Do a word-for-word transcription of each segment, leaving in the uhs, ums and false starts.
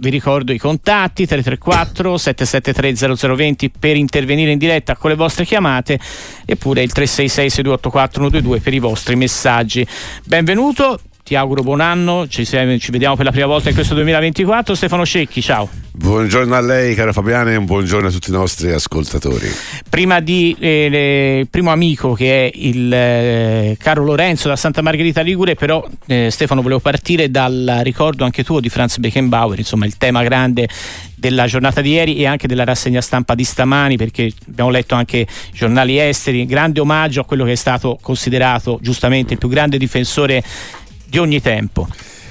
vi ricordo i contatti: tre tre quattro sette sette tre zero zero due zero per intervenire in diretta con le vostre chiamate, eppure il tre sei sei sei due otto quattro uno due due per i vostri messaggi. Benvenuto, ti auguro buon anno, ci, ci vediamo per la prima volta in questo duemilaventiquattro. Stefano Cecchi, ciao. Buongiorno a lei, caro Fabiano, e un buongiorno a tutti i nostri ascoltatori. Prima di eh, le, il primo amico, che è il eh, caro Lorenzo da Santa Margherita Ligure, però eh, Stefano, volevo partire dal ricordo anche tuo di Franz Beckenbauer, insomma il tema grande della giornata di ieri e anche della rassegna stampa di stamani, perché abbiamo letto anche giornali esteri, grande omaggio a quello che è stato considerato giustamente il più grande difensore di ogni tempo.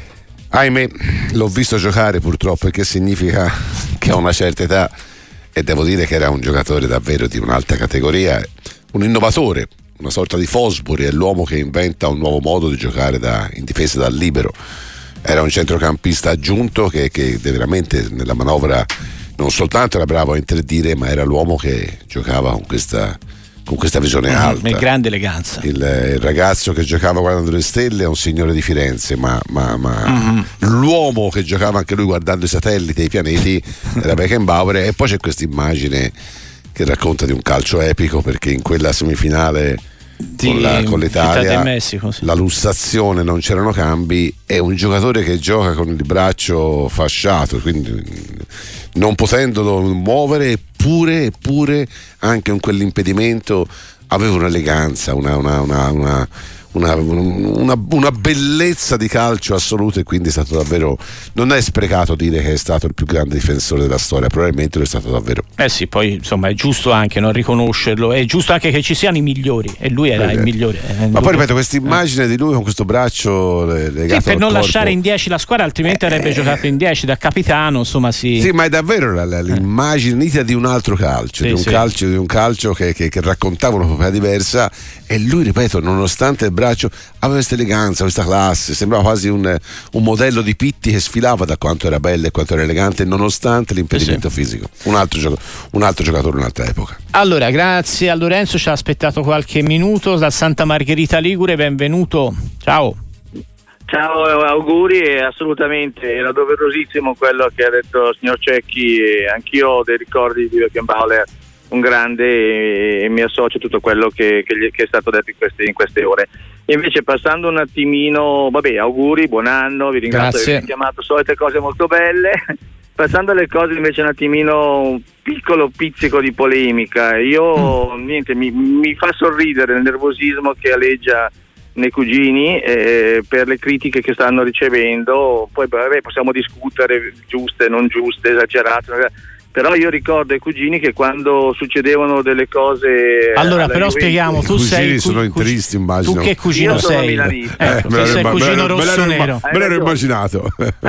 Ahimè, l'ho visto giocare purtroppo, perché significa che a una certa età, e devo dire che era un giocatore davvero di un'alta categoria, un innovatore, una sorta di Fosbury, è l'uomo che inventa un nuovo modo di giocare da, in difesa dal libero. Era un centrocampista aggiunto che, che veramente nella manovra non soltanto era bravo a interdire, ma era l'uomo che giocava con questa con questa visione mm, alta, in grande eleganza. Il, il ragazzo che giocava guardando le stelle è un signore di Firenze, ma, ma, ma mm-hmm. l'uomo che giocava anche lui guardando i satelliti e i pianeti era Beckenbauer. E poi c'è questa immagine che racconta di un calcio epico, perché in quella semifinale di, con, la, con l'Italia Messico, sì. La lussazione, non c'erano cambi, è un giocatore che gioca con il braccio fasciato, quindi non potendolo muovere, eppure, eppure anche con quell'impedimento aveva un'eleganza, una, una, una, una, una, una, una bellezza di calcio assoluto, e quindi è stato davvero, non è sprecato dire che è stato il più grande difensore della storia, probabilmente lo è stato davvero. Eh sì, poi insomma è giusto anche non riconoscerlo, è giusto anche che ci siano i migliori, e lui era eh, il migliore. Eh, ma poi ripeto, questa immagine eh. di lui con questo braccio legato sì, per al non corpo. Lasciare in dieci la squadra, altrimenti eh, avrebbe eh. giocato in dieci da capitano, insomma sì. Sì, ma è davvero la, la, l'immagine nitida di un altro calcio, sì, di un sì. calcio, di un calcio che, che, che raccontava una proprietà diversa, e lui, ripeto, nonostante il braccio aveva questa eleganza, questa classe, sembrava quasi un, un modello di Pitti che sfilava da quanto era bello e quanto era elegante, nonostante l'impedimento sì. fisico. Un altro, gioco, un altro giocatore, un'altra epoca. Allora, grazie a Lorenzo, ci ha aspettato qualche minuto da Santa Margherita Ligure, benvenuto, ciao. Ciao, auguri, e assolutamente era doverosissimo quello che ha detto il signor Cecchi, e anch'io ho dei ricordi di Beckenbauer, un grande, e mi associo a tutto quello che, che, che è stato detto in queste, in queste ore. E invece, passando un attimino, vabbè, auguri, buon anno, vi ringrazio per aver chiamato, solite cose molto belle. Passando alle cose invece un attimino, un piccolo pizzico di polemica, io mm. niente, mi, mi fa sorridere il nervosismo che aleggia nei cugini eh, per le critiche che stanno ricevendo. Poi vabbè, possiamo discutere giuste, non giuste, esagerate, però io ricordo ai cugini che quando succedevano delle cose, allora però Juventus, spieghiamo, tu sei sono interisti, immagino. Tu che cugino io sono sei? milanista. Ecco, tu sei cugino rosso-nero. Me l'ero immaginato.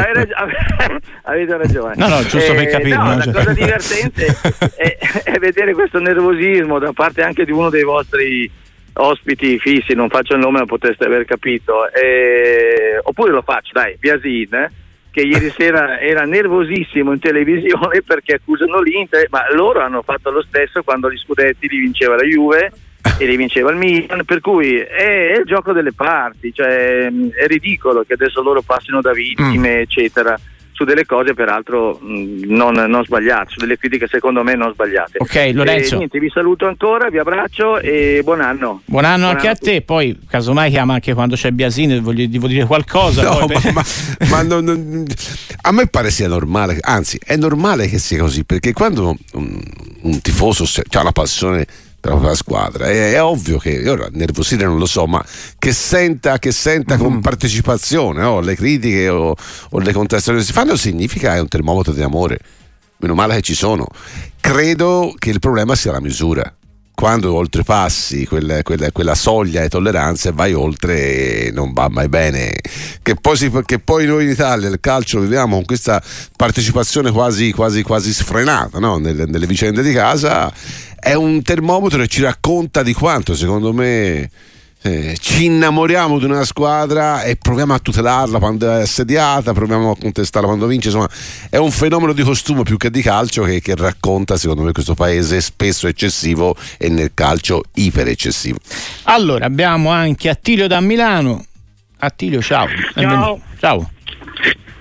Avete ragione. No, no, giusto eh, per capire. No, no, la cioè. cosa divertente è, è vedere questo nervosismo da parte anche di uno dei vostri ospiti fissi, non faccio il nome, ma potreste aver capito, eh, oppure lo faccio, dai, Biasin, eh, che ieri sera era nervosissimo in televisione perché accusano l'Inter, ma loro hanno fatto lo stesso quando gli scudetti li vinceva la Juve e li vinceva il Milan, per cui è, è il gioco delle parti, cioè è ridicolo che adesso loro passino da vittime, mm. eccetera, su delle cose peraltro mh, non, non sbagliate, su delle critiche secondo me non sbagliate. Ok, Lorenzo. E, niente, vi saluto ancora, vi abbraccio e buon anno. Buon anno buon anche anno a te, poi casomai chiama anche quando c'è Biasini, voglio, devo dire qualcosa. No, poi ma, per... ma, ma non, non, a me pare sia normale, anzi è normale che sia così, perché quando un, un tifoso ha la passione per la squadra è, è ovvio che ora nervosire non lo so, ma che senta che senta mm-hmm. con partecipazione oh, le critiche o, o le contestazioni si fanno, significa è un termometro di amore, meno male che ci sono. Credo che il problema sia la misura, quando oltrepassi quella, quella, quella soglia di tolleranza e vai oltre non va mai bene. Che poi, si, che poi noi in Italia il calcio viviamo con questa partecipazione quasi, quasi, quasi sfrenata, no? nelle, nelle vicende di casa, è un termometro che ci racconta di quanto secondo me eh, ci innamoriamo di una squadra e proviamo a tutelarla quando è assediata, proviamo a contestarla quando vince. Insomma, è un fenomeno di costume più che di calcio che, che racconta secondo me questo paese spesso eccessivo e nel calcio iper eccessivo. Allora abbiamo anche Attilio da Milano. Attilio, ciao. Ciao. Ciao.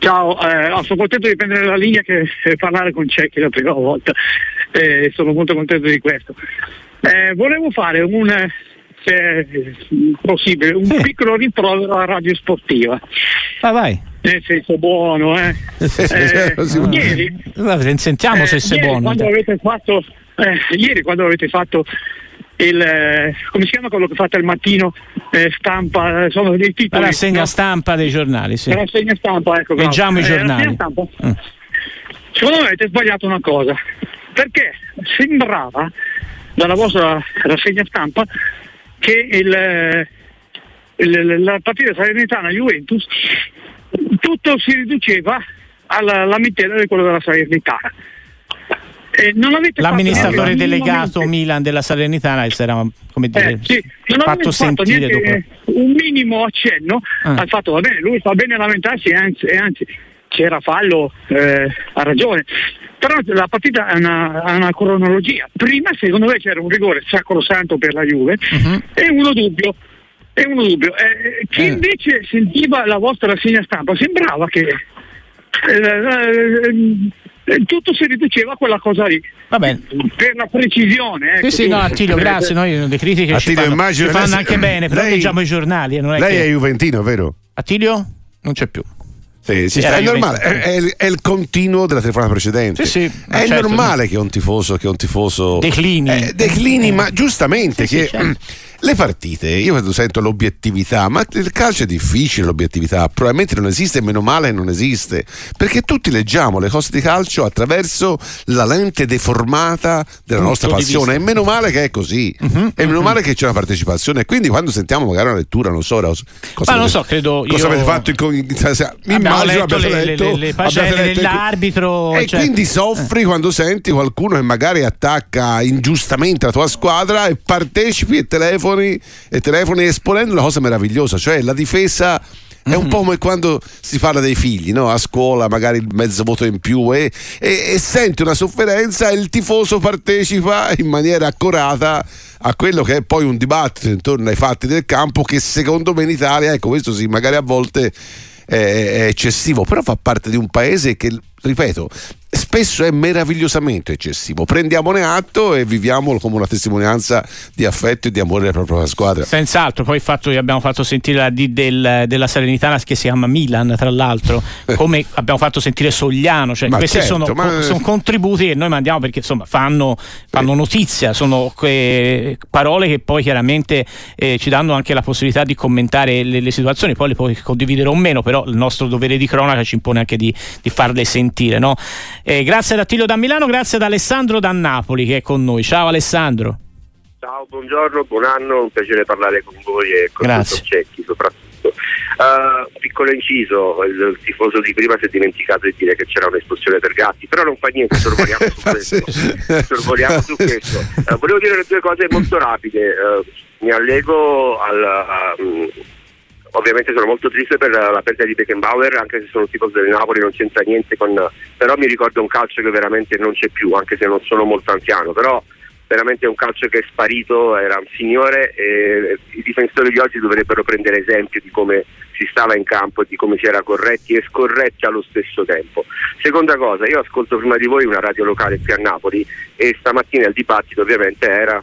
Ciao, eh, sono contento di prendere la linea che eh, parlare con Cecchi la prima volta, eh, sono molto contento di questo. Eh, volevo fare un, eh, se possibile, un sì. piccolo rimprovero alla radio sportiva. Ah, vai. Nel senso buono, eh. eh ieri, sentiamo eh, se sei ieri buono. Quando avete fatto, eh, ieri quando avete fatto il eh, come si chiama quello che fate al mattino, eh, stampa, sono dei titoli, la rassegna no? stampa dei giornali, sì. La rassegna stampa, ecco. Leggiamo eh, i giornali. Stampa, mm. Secondo me avete sbagliato una cosa, perché sembrava dalla vostra rassegna stampa che il, il, la partita Salernitana-Juventus tutto si riduceva alla, alla mittela di quello della Salernitana. Eh, non avete L'amministratore delegato minimamente... Milan della Salernitana si era, come dire, eh, sì. non fatto sentire dopo. Un minimo accenno ah. al fatto, va bene, lui fa bene a lamentarsi e anzi, e anzi c'era fallo, eh, ha ragione, però la partita ha una, ha una cronologia. Prima secondo me c'era un rigore sacrosanto per la Juve uh-huh. e uno dubbio e uno dubbio eh, chi eh. invece sentiva la vostra rassegna stampa sembrava che eh, eh, tutto si riduceva a quella cosa lì. Va bene. Per la precisione, ecco. Sì, sì, no, Attilio, grazie. Noi le critiche Attilio, ci fanno, immagino, ci fanno anche bene, però lei, leggiamo i giornali. Non è lei che... è juventino, vero? Attilio? Non c'è più. Sì, sì, è normale, è, è, il, è il continuo della telefonata precedente. Sì, sì, è certo, normale sì. che un tifoso che un tifoso declini, eh, declini, ma giustamente sì, che sì, certo. le partite, io sento l'obiettività, ma il calcio è difficile, l'obiettività probabilmente non esiste, meno male non esiste, perché tutti leggiamo le cose di calcio attraverso la lente deformata della Punto nostra passione, e meno male che è così, uh-huh, e meno uh-huh. male che c'è una partecipazione, e quindi quando sentiamo magari una lettura, non so, cosa, ma non avete, so, credo cosa io... avete fatto in, in, mi abbiamo immagino letto abbiate le, letto, le, le pagelle letto, dell'arbitro, e cioè... quindi soffri eh. quando senti qualcuno che magari attacca ingiustamente la tua squadra e partecipi e telefoni e telefoni esponendo una cosa meravigliosa, cioè la difesa. È un po' come quando si parla dei figli, no? A scuola magari il mezzo voto in più e, e, e senti una sofferenza e il tifoso partecipa in maniera accurata a quello che è poi un dibattito intorno ai fatti del campo, che secondo me in Italia, ecco, questo sì, magari a volte è, è eccessivo, però fa parte di un paese che, ripeto, spesso è meravigliosamente eccessivo. Prendiamone atto e viviamolo come una testimonianza di affetto e di amore alla propria squadra. Senz'altro, poi il fatto che abbiamo fatto sentire la D del, della Salernitana, che si chiama Milan tra l'altro, come abbiamo fatto sentire Sogliano, cioè ma questi certo, sono, ma... sono contributi che noi mandiamo perché insomma fanno, fanno notizia, sono que- parole che poi chiaramente eh, ci danno anche la possibilità di commentare le, le situazioni, poi le puoi condividere o meno, però il nostro dovere di cronaca ci impone anche di, di farle sentire, no? Eh, grazie ad Attilio da Milano, grazie ad Alessandro da Napoli che è con noi. Ciao Alessandro. Ciao, buongiorno, buon anno, un piacere parlare con voi e con grazie. il Cecchi soprattutto. Uh, piccolo inciso, il, il tifoso di prima si è dimenticato di dire che c'era un'esplosione per gatti, però non fa niente, sorvoliamo su questo. sorvoliamo su questo. Uh, volevo dire due cose molto rapide. Uh, mi allego al... Uh, Ovviamente sono molto triste per la perdita di Beckenbauer, anche se sono tifoso del Napoli, non c'entra niente con... però mi ricordo un calcio che veramente non c'è più, anche se non sono molto anziano, però veramente è un calcio che è sparito, era un signore, e i difensori di oggi dovrebbero prendere esempio di come si stava in campo e di come si era corretti e scorretti allo stesso tempo. Seconda cosa, io ascolto prima di voi una radio locale qui a Napoli e stamattina il dibattito ovviamente era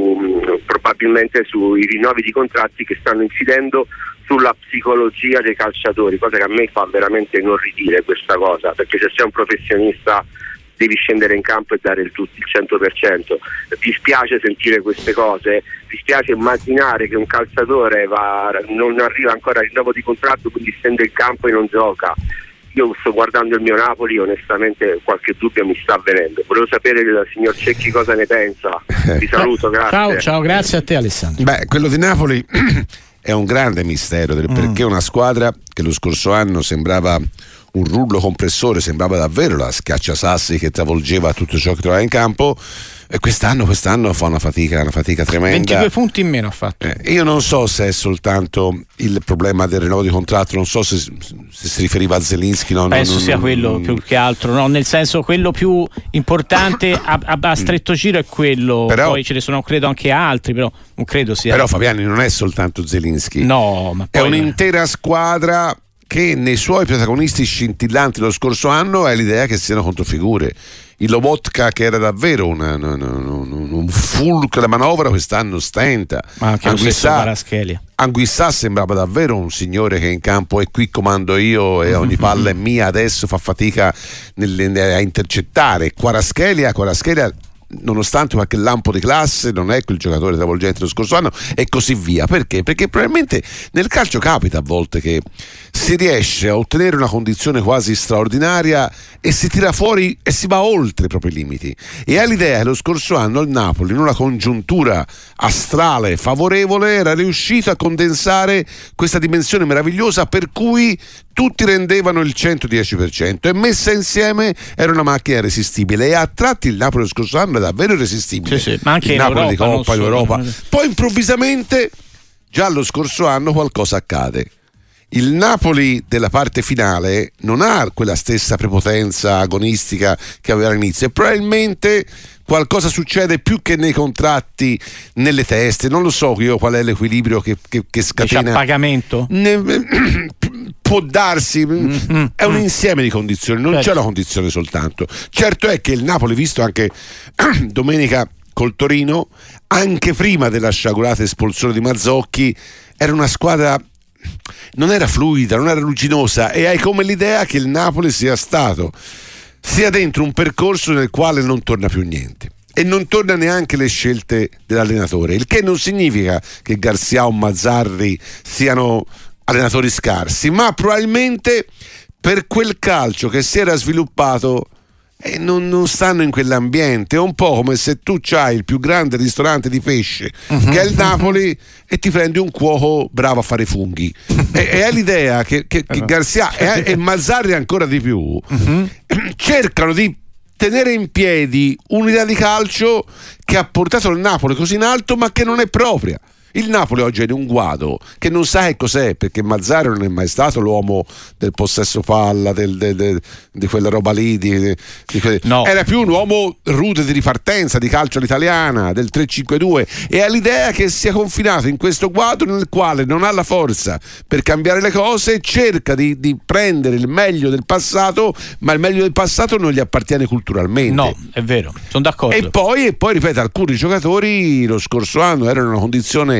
su probabilmente sui rinnovi di contratti che stanno incidendo sulla psicologia dei calciatori, cosa che a me fa veramente inorridire questa cosa, perché se sei un professionista devi scendere in campo e dare il tutto, il cento per cento. Ti spiace sentire queste cose, ti spiace immaginare che un calciatore va, non arriva ancora al rinnovo di contratto, quindi scende in campo e non gioca. Io sto guardando il mio Napoli, onestamente qualche dubbio mi sta avvenendo. Volevo sapere dal signor Cecchi cosa ne pensa. Vi saluto, grazie. Ciao, ciao, grazie a te Alessandro. Beh, quello di Napoli è un grande mistero, perché mm. una squadra che lo scorso anno sembrava un rullo compressore, sembrava davvero la schiacciasassi che travolgeva tutto ciò che trovava in campo, e quest'anno, quest'anno fa una fatica, una fatica tremenda. ventidue punti in meno ha fatto. Eh, io non so se è soltanto il problema del rinnovo di contratto, non so se, se si riferiva a Zelinski. No, Penso non, sia non, quello non, più che altro, no? Nel senso, quello più importante a, a, a stretto giro è quello, però, poi ce ne sono credo anche altri, però non credo sia. Però Fabiani non è soltanto Zelinski, no, ma poi è un'intera squadra che nei suoi protagonisti scintillanti lo scorso anno è l'idea che siano controfigure. Il Lobotka, che era davvero una, un, un, un fulcro della manovra, quest'anno stenta. Ma anche Anguissà, Kvaratskhelia. Anguissà sembrava davvero un signore che in campo e qui comando io e ogni palla è mia, adesso fa fatica nelle, a intercettare. Kvaratskhelia, Kvaratskhelia nonostante qualche lampo di classe non è quel giocatore travolgente dello scorso anno e così via. Perché? Perché probabilmente nel calcio capita a volte che si riesce a ottenere una condizione quasi straordinaria e si tira fuori e si va oltre i propri limiti, e ha l'idea che lo scorso anno il Napoli in una congiuntura astrale favorevole era riuscito a condensare questa dimensione meravigliosa per cui tutti rendevano il centodieci per cento e messa insieme era una macchina irresistibile, e a tratti il Napoli lo scorso anno è davvero irresistibile. Sì, sì, ma anche il in Napoli Europa, di Coppa, in Europa. Poi improvvisamente già lo scorso anno qualcosa accade. Il Napoli della parte finale non ha quella stessa prepotenza agonistica che aveva all'inizio e probabilmente qualcosa succede più che nei contratti, nelle teste, non lo so io qual è l'equilibrio che, che, che scatena. C'è pagamento? Ne, può darsi, mm-hmm. è un insieme di condizioni, non certo. c'è una condizione soltanto. Certo è che il Napoli, visto anche domenica col Torino, anche prima della sciagurata espulsione di Mazzocchi, era una squadra, non era fluida, non era rugginosa, e hai come l'idea che il Napoli sia stato sia dentro un percorso nel quale non torna più niente e non torna neanche le scelte dell'allenatore, il che non significa che Garcia o Mazzarri siano allenatori scarsi, ma probabilmente per quel calcio che si era sviluppato e non, non stanno in quell'ambiente. È un po' come se tu c'hai il più grande ristorante di pesce uh-huh. che è il Napoli e ti prendi un cuoco bravo a fare funghi e, e hai l'idea che, che, che Garcia e, e Mazzarri ancora di più uh-huh. cercano di tenere in piedi un'idea di calcio che ha portato il Napoli così in alto ma che non è propria. Il Napoli oggi è in un guado che non sa che cos'è, perché Mazzarri non è mai stato l'uomo del possesso palla, del, del, del, di quella roba lì, di, di que... no. Era più un uomo rude di ripartenza, di calcio all'italiana, del tre cinque due, e ha l'idea che sia confinato in questo guado nel quale non ha la forza per cambiare le cose, cerca di, di prendere il meglio del passato, ma il meglio del passato non gli appartiene culturalmente. No, è vero, sono d'accordo. E poi, e poi ripeto, alcuni giocatori lo scorso anno erano in una condizione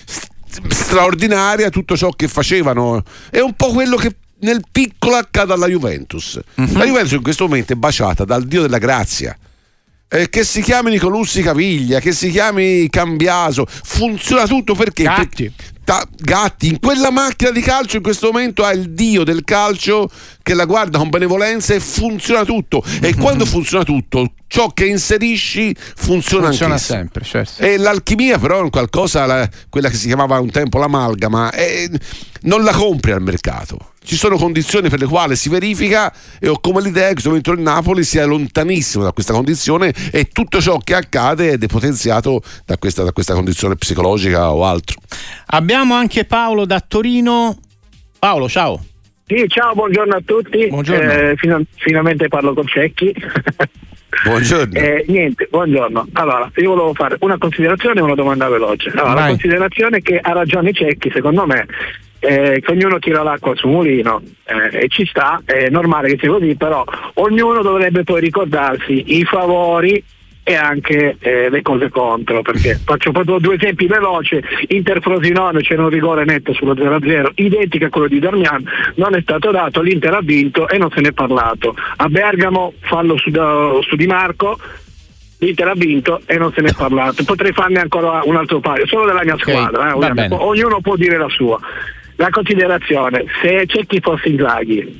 straordinaria, tutto ciò che facevano è un po' quello che nel piccolo accade alla Juventus. Uh-huh. La Juventus in questo momento è baciata dal dio della grazia, eh, che si chiami Nicolussi Caviglia, che si chiami Cambiaso, funziona tutto perché Gatti. Per, ta, Gatti in quella macchina di calcio in questo momento ha il dio del calcio che la guarda con benevolenza e funziona tutto. Uh-huh. E quando funziona tutto, ciò che inserisci funziona, funziona anch'esso. sempre, certo. E l'alchimia però è un qualcosa, la, quella che si chiamava un tempo l'amalgama, e non la compri al mercato. Ci sono condizioni per le quali si verifica e ho come l'idea che in questo momento il Napoli sia lontanissimo da questa condizione e tutto ciò che accade è depotenziato da questa, da questa condizione psicologica o altro. Abbiamo anche Paolo da Torino. Paolo, ciao. Sì, ciao, buongiorno a tutti. Buongiorno. Eh, fin- finalmente parlo con Cecchi. Buongiorno. eh, niente, buongiorno. Allora, io volevo fare una considerazione e una domanda veloce. Allora, la considerazione è che ha ragione Cecchi, secondo me, eh, che ognuno tira l'acqua al suo mulino eh, e ci sta, è normale che sia così, però ognuno dovrebbe poi ricordarsi i favori e anche eh, le cose contro, perché faccio proprio due esempi veloci. Inter Frosinone, c'era un rigore netto sullo zero a zero identico a quello di Darmian, non è stato dato, l'Inter ha vinto e non se ne è parlato. A Bergamo fallo su, su Di Marco, l'Inter ha vinto e non se ne è parlato. Potrei farne ancora un altro paio, solo della mia squadra, okay, eh, ognuno può dire la sua. La considerazione: se c'è chi fosse Inzaghi,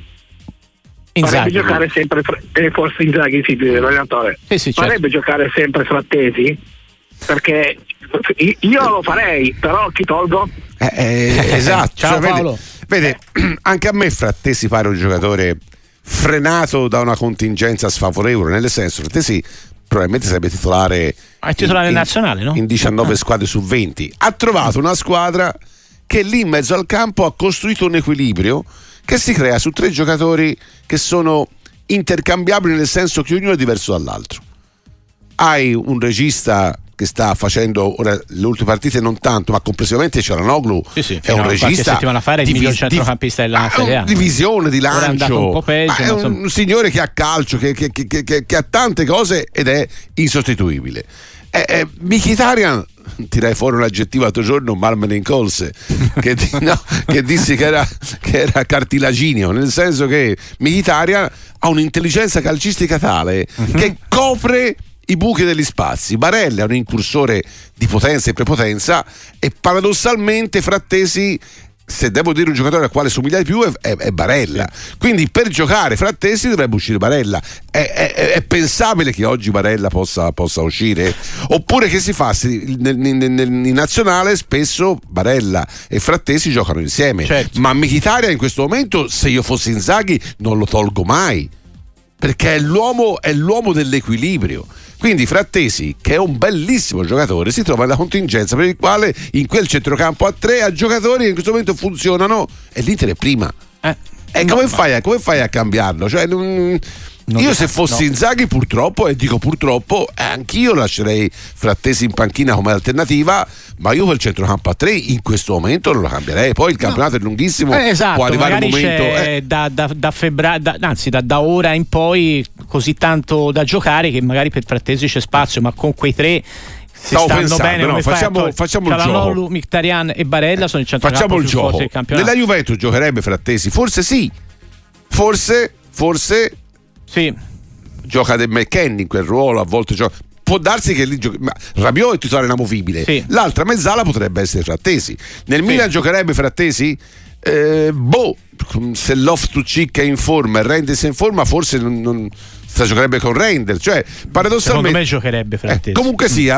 farebbe giocare sempre fra, eh, forse Inzaghi sì, l'allenatore sì, sì, farebbe certo. giocare sempre Frattesi, perché io lo farei, però chi tolgo? Eh, eh, esatto. Ciao, cioè, Paolo. Vede, vede, anche a me Frattesi pare un giocatore frenato da una contingenza sfavorevole, nel senso Frattesi probabilmente sarebbe titolare, ah, è titolare in, nazionale, no? in diciannove ah. squadre su venti. Ha trovato una squadra che lì in mezzo al campo ha costruito un equilibrio che si crea su tre giocatori che sono intercambiabili, nel senso che ognuno è diverso dall'altro. Hai un regista che sta facendo ora le ultime partite non tanto, ma complessivamente Çalhanoğlu sì, sì, è un no, regista settimana fa era il divi- miglior centrocampista della Serie A, di visione, di lancio, è andato un po' peggio, ma è un, insomma... un signore che ha calcio, che, che, che, che, che ha tante cose ed è insostituibile. eh, eh, Mkhitaryan, tirai fuori un aggettivo l'altro giorno, Marmen Colse, che, di, no, che dissi che era, che era cartilagineo, nel senso che Mkhitaryan ha un'intelligenza calcistica tale uh-huh. che copre i buchi degli spazi. Barella è un incursore di potenza e prepotenza e paradossalmente Frattesi, se devo dire un giocatore al quale somiglia di più, è, è, è Barella. Sì. Quindi per giocare Frattesi dovrebbe uscire Barella. È, è, è pensabile che oggi Barella possa, possa uscire? Oppure che si fa? Nel, nel, nel, in nazionale spesso Barella e Frattesi giocano insieme. Certo. Ma Mkhitaryan in questo momento, se io fossi Inzaghi, non lo tolgo mai, perché è l'uomo, è l'uomo dell'equilibrio. Quindi Frattesi, che è un bellissimo giocatore, si trova nella contingenza per il quale in quel centrocampo a tre ha giocatori che in questo momento funzionano e l'Inter è prima. Eh, e come, no, fai a, come fai a cambiarlo? Cioè, non, non io se fossi no. Inzaghi purtroppo, e dico purtroppo, eh, anch'io lascerei Frattesi in panchina come alternativa, ma io quel centrocampo a tre in questo momento non lo cambierei. Poi il campionato no. è lunghissimo, eh, esatto, può arrivare un momento eh. da, da, da febbraio, da, anzi da, da ora in poi così tanto da giocare che magari per Frattesi c'è spazio, ma con quei tre si Stavo stanno pensando, bene, no, come facciamo, fai, facciamo il Çalhanoğlu, gioco. Mkhitaryan e Barella sono il centrocampo facciamo il più forte gioco. del campionato. Nella Juventus giocherebbe Frattesi? Forse sì, forse forse sì, gioca del McKennie in quel ruolo, a volte gioca. Può darsi che lì giochi, ma Rabiot è titolare inamovibile, sì. L'altra mezzala potrebbe essere Frattesi. Nel sì. Milan giocherebbe Frattesi? Eh, boh, se Loftus-Cheek è in forma e Reinders è in forma, forse non, non si giocherebbe con Reinders, cioè paradossalmente secondo me giocherebbe Frattesi. Eh, comunque sia,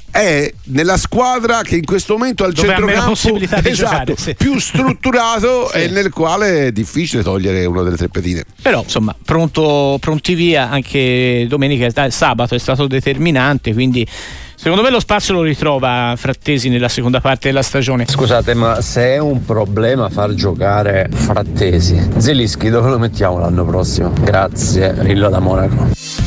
è nella squadra che in questo momento ha il dove centrocampo ha meno possibilità di esatto, giocare, sì. più strutturato sì. e nel quale è difficile togliere una delle tre pedine. Però insomma pronto, pronti via anche domenica, sabato è stato determinante, quindi secondo me lo spazio lo ritrova Frattesi nella seconda parte della stagione. Scusate, ma se è un problema far giocare Frattesi, Zielinski dove lo mettiamo l'anno prossimo? Grazie, Rillo da Monaco.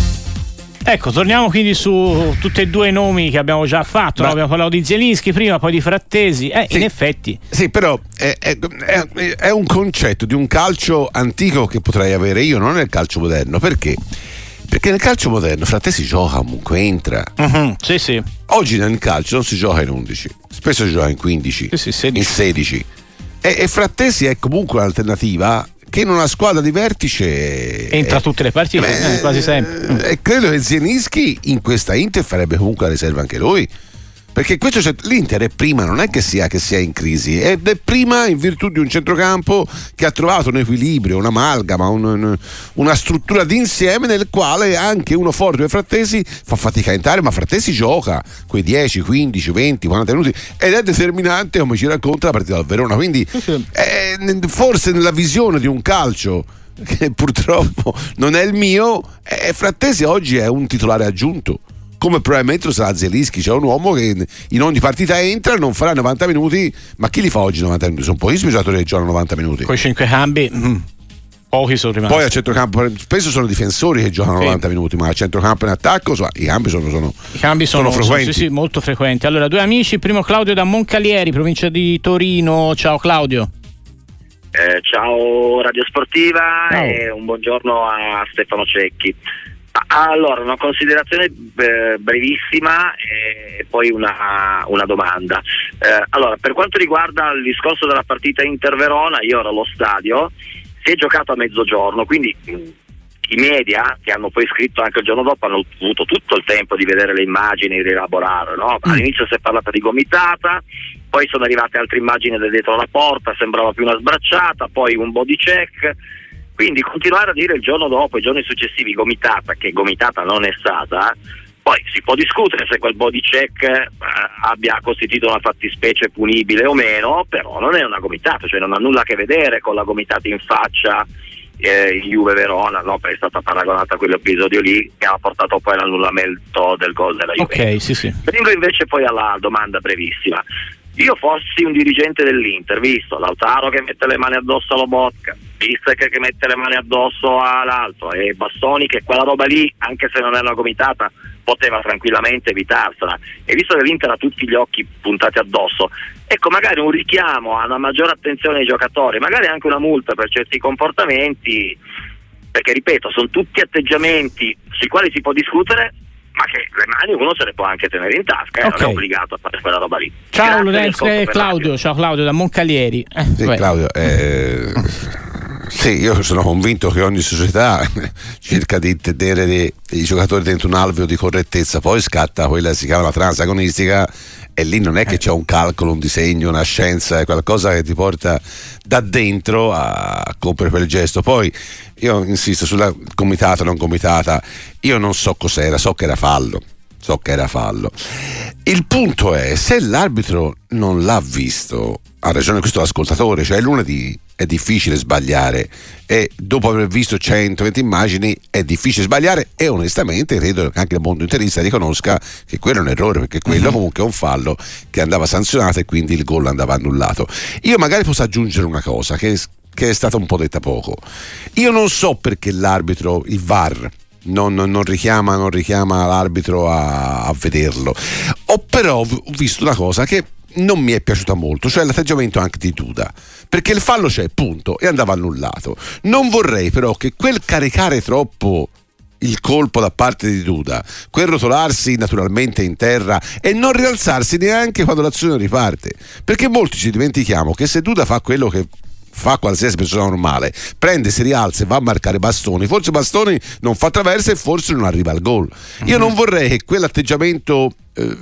Ecco, torniamo quindi su tutti e due i nomi che abbiamo già fatto, no? Abbiamo parlato di Zielinski prima, poi di Frattesi, eh, sì, in effetti. Sì, però è, è, è, è un concetto di un calcio antico che potrei avere io, non nel calcio moderno. Perché? Perché nel calcio moderno Frattesi gioca, comunque entra. Uh-huh, sì, sì. Oggi nel calcio non si gioca in undici, spesso si gioca in quindici, sì, sì, sedici. In sedici. E, e Frattesi è comunque un'alternativa che in una squadra di vertice entra eh, tutte le partite, eh, quasi sempre. E eh, credo che Zielinski in questa Inter farebbe comunque la riserva anche lui, perché questo, cioè, l'Inter è prima, non è che sia, che sia in crisi, ed è prima in virtù di un centrocampo che ha trovato un equilibrio, un'amalgama, un, un, una struttura d'insieme nel quale anche uno forte come Frattesi fa fatica a entrare, ma Frattesi gioca quei dieci, quindici, venti, quaranta minuti ed è determinante, come ci racconta la partita del Verona. Quindi è, forse nella visione di un calcio che purtroppo non è il mio, è, Frattesi oggi è un titolare aggiunto, come probabilmente lo sarà Zielinski, c'è un uomo che in ogni partita entra, non farà novanta minuti, ma chi li fa oggi novanta minuti? Sono pochissimi giocatori che giocano novanta minuti. Con i cinque cambi, mm, pochi sono rimasti. Poi a centrocampo spesso sono difensori che giocano sì. novanta minuti, ma a centrocampo in attacco so, i cambi sono, sono, I cambi sono, sono frequenti. Sono, sì, sì, molto frequenti. Allora, due amici, primo Claudio da Moncalieri, provincia di Torino. Ciao Claudio. Eh, ciao Radio Sportiva, ciao. E un buongiorno a Stefano Cecchi. Allora, una considerazione eh, brevissima e poi una, una domanda. Eh, allora, per quanto riguarda il discorso della partita Inter-Verona, io ero allo stadio, si è giocato a mezzogiorno, quindi mh, i media, che hanno poi scritto anche il giorno dopo, hanno avuto tutto il tempo di vedere le immagini, di rielaborare, no? All'inizio si è parlato di gomitata, poi sono arrivate altre immagini da dietro la porta, sembrava più una sbracciata, poi un body check. Quindi continuare a dire il giorno dopo, i giorni successivi, gomitata, che gomitata non è stata, poi si può discutere se quel body check eh, abbia costituito una fattispecie punibile o meno, però non è una gomitata, cioè non ha nulla a che vedere con la gomitata in faccia eh, in Juve Verona, no? Perché è stata paragonata a quell'episodio lì che ha portato poi all'annullamento del gol della Juve. Ok, sì, sì. Vengo invece poi alla domanda brevissima. Io fossi un dirigente dell'Inter, visto Lautaro che mette le mani addosso alla Bocca, Bissek che mette le mani addosso all'altro e Bastoni che quella roba lì, anche se non è una gomitata, poteva tranquillamente evitarsela, e visto che l'Inter ha tutti gli occhi puntati addosso, ecco, magari un richiamo a una maggiore attenzione ai giocatori, magari anche una multa per certi comportamenti, perché ripeto, sono tutti atteggiamenti sui quali si può discutere, ma che le mani uno se le può anche tenere in tasca, eh, okay. Non è obbligato a fare quella roba lì. Ciao Lorenzo e Claudio, ciao Claudio da Moncalieri. Eh, sì, Claudio, eh, sì, io sono convinto che ogni società cerca di tenere dei, dei giocatori dentro un alveo di correttezza, poi scatta quella che si chiama la transagonistica, e lì non è che c'è un calcolo, un disegno, una scienza, è qualcosa che ti porta da dentro a compiere quel gesto. Poi io insisto sulla comitata non comitata, io non so cos'era, so che era fallo, so che era fallo. Il punto è, se l'arbitro non l'ha visto, ha ragione questo l'ascoltatore, cioè lunedì è difficile sbagliare, e dopo aver visto centoventi immagini è difficile sbagliare, e onestamente credo che anche il mondo interista riconosca che quello è un errore, perché quello comunque è un fallo che andava sanzionato e quindi il gol andava annullato. Io magari posso aggiungere una cosa che, che è stata un po' detta poco. Io non so perché l'arbitro, il V A R Non, non, richiama, non richiama l'arbitro a, a vederlo. Ho però ho visto una cosa che non mi è piaciuta molto, cioè l'atteggiamento anche di Duda, perché il fallo c'è, punto, e andava annullato. Non vorrei però che quel caricare troppo il colpo da parte di Duda, quel rotolarsi naturalmente in terra e non rialzarsi neanche quando l'azione riparte, perché molti ci dimentichiamo che se Duda fa quello che fa qualsiasi persona normale, prende, si rialza e va a marcare Bastoni, forse Bastoni non fa traversa e forse non arriva al gol. Mm-hmm. Io non vorrei che quell'atteggiamento eh,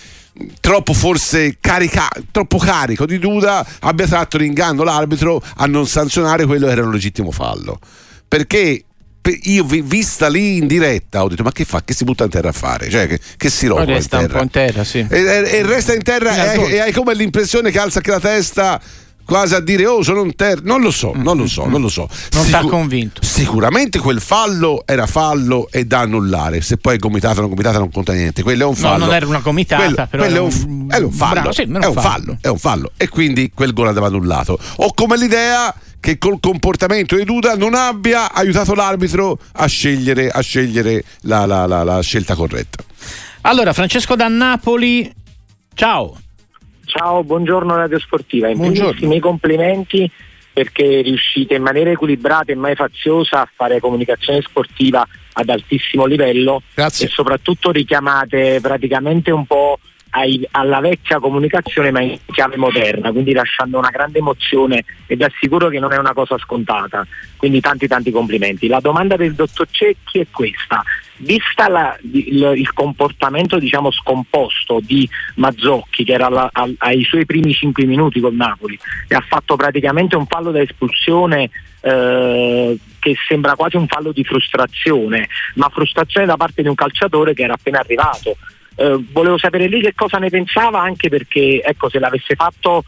troppo forse carica, troppo carico di Duda abbia tratto in inganno l'arbitro a non sanzionare quello che era un legittimo fallo, perché io vista lì in diretta ho detto ma che fa, che si butta in terra a fare, cioè che, che si rotola in terra, un po' in terra, sì. e, e, e resta in terra e hai, e hai come l'impressione che alza anche la testa quasi a dire oh sono un ter... non lo so, non lo so, non lo so. Non ti ha convinto. Sicuramente quel fallo era fallo e da annullare, se poi è gomitata o non gomitata non conta niente, quello è un fallo. No, non era una gomitata, quello, però quello è, un, è un fallo, bravo, sì, è un fallo. fallo, è un fallo e quindi quel gol andava annullato. Ho come l'idea che col comportamento di Duda non abbia aiutato l'arbitro a scegliere, a scegliere la, la, la, la scelta corretta. Allora, Francesco da Napoli, ciao. Ciao, buongiorno Radio Sportiva. In primis i miei complimenti, perché riuscite in maniera equilibrata e mai faziosa a fare comunicazione sportiva ad altissimo livello. Grazie. E soprattutto richiamate praticamente un po' ai, alla vecchia comunicazione ma in chiave moderna, quindi lasciando una grande emozione, e vi assicuro che non è una cosa scontata, quindi tanti tanti complimenti. La domanda del dottor Cecchi è questa: vista la, il, il comportamento diciamo scomposto di Mazzocchi, che era la, a, ai suoi primi cinque minuti col Napoli e ha fatto praticamente un fallo da espulsione eh, che sembra quasi un fallo di frustrazione, ma frustrazione da parte di un calciatore che era appena arrivato, eh, volevo sapere lì che cosa ne pensava, anche perché ecco, se l'avesse fatto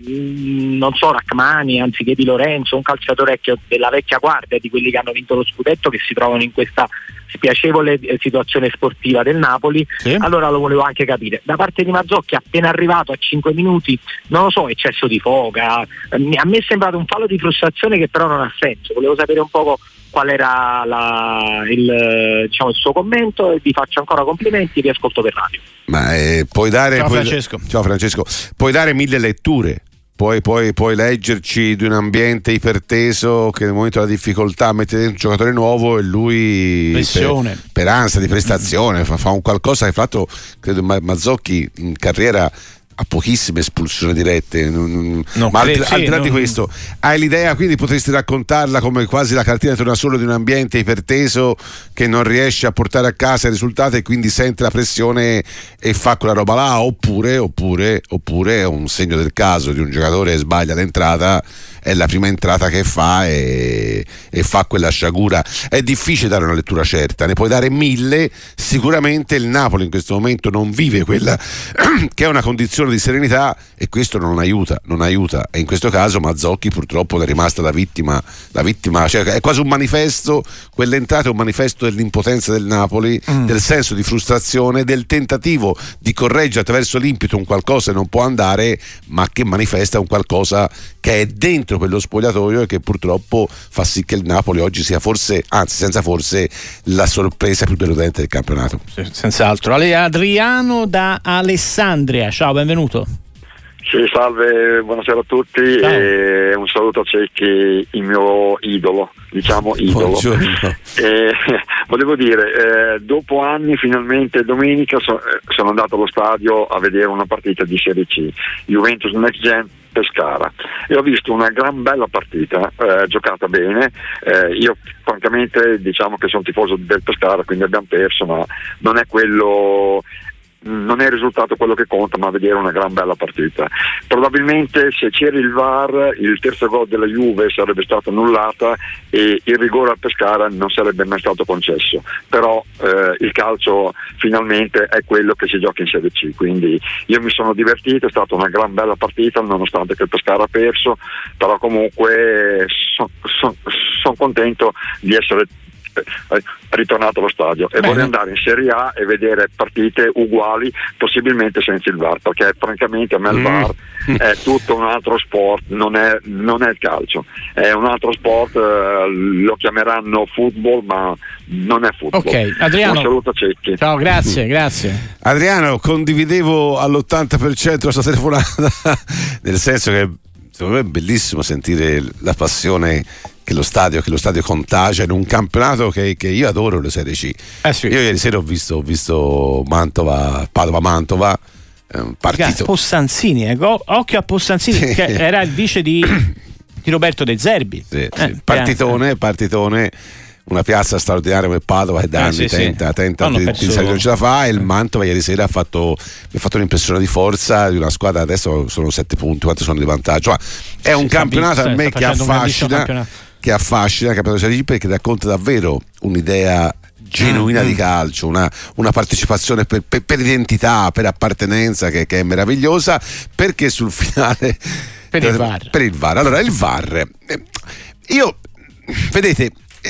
mh, non so Rachmani anziché Di Lorenzo, un calciatore che, della vecchia guardia, di quelli che hanno vinto lo scudetto, che si trovano in questa spiacevole situazione sportiva del Napoli, sì. Allora lo volevo anche capire da parte di Mazzocchi, appena arrivato a cinque minuti, non lo so, eccesso di foga, a me è sembrato un fallo di frustrazione che però non ha senso. Volevo sapere un poco qual era la, il, diciamo, il suo commento, e vi faccio ancora complimenti e vi ascolto per radio. Ma eh, puoi dare ciao, puoi, Francesco. ciao Francesco puoi dare mille letture. Poi, poi, poi leggerci di un ambiente iperteso che nel momento della difficoltà mette dentro un giocatore nuovo e lui per, per ansia di prestazione fa, fa un qualcosa che ha fatto, credo, Mazzocchi in carriera ha pochissime espulsioni dirette, non, ma al, al di là di questo hai l'idea, quindi potresti raccontarla come quasi la cartina torna solo di un ambiente iperteso che non riesce a portare a casa il risultato e quindi sente la pressione e fa quella roba là, oppure oppure oppure è un segno del caso di un giocatore che sbaglia l'entrata, è la prima entrata che fa e, e fa quella sciagura. È difficile dare una lettura certa, ne puoi dare mille. Sicuramente il Napoli in questo momento non vive quella che è una condizione di di serenità, e questo non aiuta, non aiuta. E in questo caso Mazzocchi purtroppo è rimasta la vittima, la vittima, cioè è quasi un manifesto, quell'entrata è un manifesto dell'impotenza del Napoli, mm. del senso di frustrazione, del tentativo di correggere attraverso l'impeto un qualcosa che non può andare, ma che manifesta un qualcosa che è dentro quello spogliatoio e che purtroppo fa sì che il Napoli oggi sia forse, anzi senza forse, la sorpresa più deludente del campionato. Sì, senz'altro. Adriano da Alessandria, ciao, benvenuto. Sì, salve, buonasera a tutti e un saluto a Cecchi, il mio idolo, diciamo idolo. E, volevo dire, eh, dopo anni finalmente domenica so, sono andato allo stadio a vedere una partita di Serie C, Juventus Next Gen Pescara, e ho visto una gran bella partita, eh, giocata bene. Eh, io francamente diciamo che sono tifoso del Pescara, quindi abbiamo perso, ma non è quello, non è il risultato quello che conta, ma vedere una gran bella partita. Probabilmente se c'era il V A R il terzo gol della Juve sarebbe stato annullata e il rigore al Pescara non sarebbe mai stato concesso, però eh, il calcio finalmente è quello che si gioca in Serie C, quindi io mi sono divertito, è stata una gran bella partita nonostante che il Pescara ha perso, però comunque sono son, son contento di essere ritornato allo stadio e vorrei andare in Serie A e vedere partite uguali, possibilmente senza il V A R, perché francamente a me il V A R mm. è tutto un altro sport, non è, non è il calcio, è un altro sport, eh, lo chiameranno football ma non è football. Ok, Adriano, un saluto a Cecchi. Ciao, grazie, grazie. Adriano, condividevo all'ottanta per cento la sua telefonata nel senso che secondo me è bellissimo sentire la passione che lo stadio, che lo stadio contagia in un campionato che, che io adoro, le Serie C. Eh sì. Io ieri sera ho visto, ho visto Mantova, Padova-Mantova, eh, partito. Ragazzi, Possanzini, eh, occhio a Possanzini, sì. che era il vice di, di Roberto De Zerbi. Sì, sì. Eh, partitone, partitone. Una piazza straordinaria come Padova che da eh, anni sì, tenta, sì. tenta di, perso... di salire, non ce la fa, e il Mantova ieri sera ha fatto, ha fatto un'impressione di forza di una squadra, adesso sono sette punti, quanti sono di vantaggio, cioè, è un sì, campionato a me che affascina, che affascina il campionato Serie C, perché racconta davvero un'idea genuina mm-hmm. di calcio, una, una partecipazione per, per, per identità, per appartenenza che, che è meravigliosa, perché sul finale per il V A R, per il V A R. Allora il V A R, io vedete,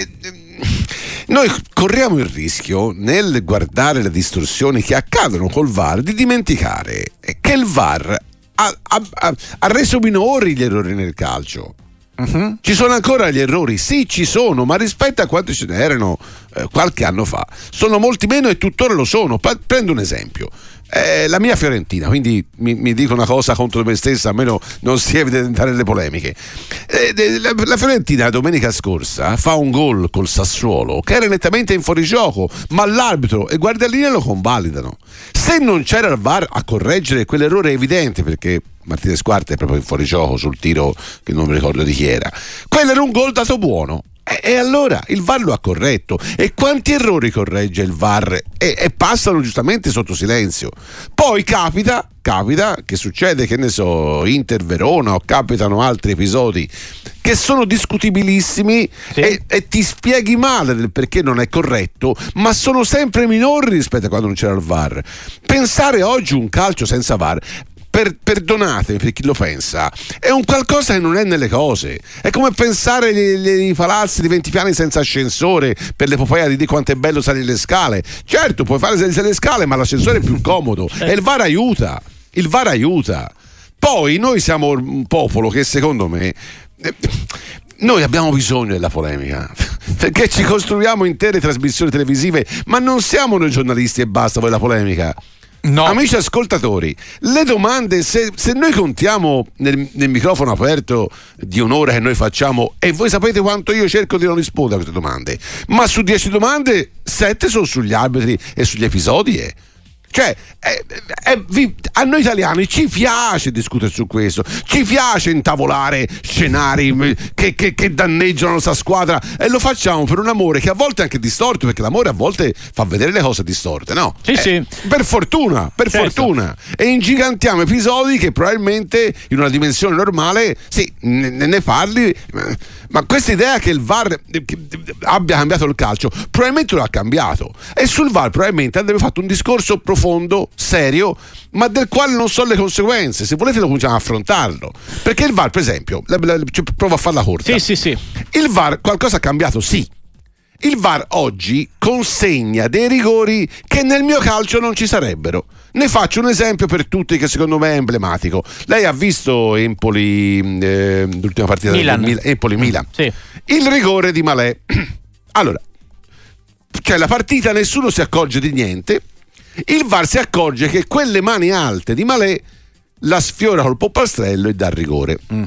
noi corriamo il rischio nel guardare le distorsioni che accadono col V A R di dimenticare che il V A R ha, ha, ha reso minori gli errori nel calcio. Uh-huh. Ci sono ancora gli errori? Sì, ci sono, ma rispetto a quanti ce n'erano eh, qualche anno fa sono molti meno e tuttora lo sono. Pa- prendo un esempio, eh, la mia Fiorentina, quindi mi, mi dico una cosa contro me stessa, almeno non si evita di entrare nelle polemiche. eh, la, la Fiorentina domenica scorsa fa un gol col Sassuolo che era nettamente in fuorigioco, ma l'arbitro e Guardialine lo convalidano. Se non c'era il V A R a correggere quell'errore evidente, perché Martinez Quarta è proprio in fuorigioco sul tiro che non mi ricordo di chi era, quello era un gol dato buono, e, e allora il V A R lo ha corretto. E quanti errori corregge il V A R e, e passano giustamente sotto silenzio. Poi capita capita che succede, che ne so, Inter Verona, o capitano altri episodi che sono discutibilissimi, sì. e, e ti spieghi male del perché non è corretto, ma sono sempre minori rispetto a quando non c'era il V A R. Pensare oggi un calcio senza V A R, Per, perdonate per chi lo pensa, è un qualcosa che non è nelle cose. È come pensare i palazzi di venti piani senza ascensore per l'epopea di, di quanto è bello salire le scale. Certo, puoi fare salire le scale, ma l'ascensore è più comodo e il V A R aiuta. Il V A R aiuta. Poi noi siamo un popolo che, secondo me, eh, noi abbiamo bisogno della polemica, perché ci costruiamo intere trasmissioni televisive, ma non siamo noi giornalisti e basta voi la polemica. No. Amici ascoltatori, le domande, se, se noi contiamo nel, nel microfono aperto di un'ora che noi facciamo, e voi sapete quanto io cerco di non rispondere a queste domande, ma su dieci domande sette sono sugli arbitri e sugli episodi, eh. Cioè, eh, eh, vi, a noi italiani ci piace discutere su questo, ci piace intavolare scenari che, che, che danneggiano la nostra squadra, e lo facciamo per un amore che a volte è anche distorto, perché l'amore a volte fa vedere le cose distorte, no? Sì, eh, sì. Per fortuna, per certo. fortuna. E ingigantiamo episodi che probabilmente in una dimensione normale, sì, ne, ne parli, ma questa idea che il V A R abbia cambiato il calcio, probabilmente lo ha cambiato, e sul V A R probabilmente andrebbe fatto un discorso profondo profondo, serio, ma del quale non so le conseguenze. Se volete lo cominciamo a affrontarlo, perché il V A R, per esempio, la, la, provo a farla corta. Sì, sì, sì. Il V A R qualcosa ha cambiato, sì. Il V A R oggi consegna dei rigori che nel mio calcio non ci sarebbero. Ne faccio un esempio per tutti che secondo me è emblematico. Lei ha visto Empoli, eh, l'ultima partita Milan. del Milan, Empoli-Milan. Sì. Il rigore di Malè. Allora, cioè la partita nessuno si accorge di niente. Il V A R si accorge che quelle mani alte di Malè la sfiora col polpastrello e dà rigore. Mm.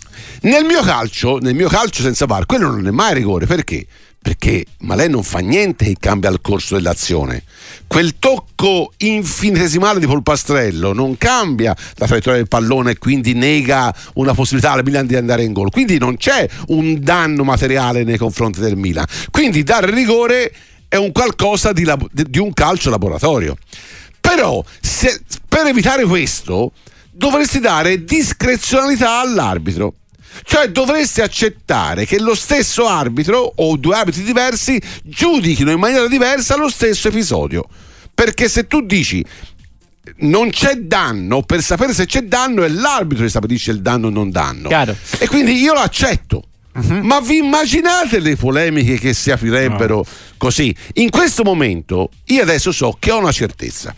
Nel mio calcio, nel mio calcio senza V A R, quello non è mai rigore. Perché? Perché Malè non fa niente che cambia il corso dell'azione. Quel tocco infinitesimale di polpastrello non cambia la traiettoria del pallone e quindi nega una possibilità al Milan di andare in gol. Quindi non c'è un danno materiale nei confronti del Milan. Quindi dare rigore è un qualcosa di, lab- di un calcio laboratorio. Però se, per evitare questo dovresti dare discrezionalità all'arbitro. Cioè dovresti accettare che lo stesso arbitro o due arbitri diversi giudichino in maniera diversa lo stesso episodio. Perché se tu dici non c'è danno, per sapere se c'è danno è l'arbitro che stabilisce il danno o non danno. Chiaro. E quindi io lo accetto. Uh-huh. Ma vi immaginate le polemiche che si aprirebbero no. così? In questo momento io adesso so che ho una certezza.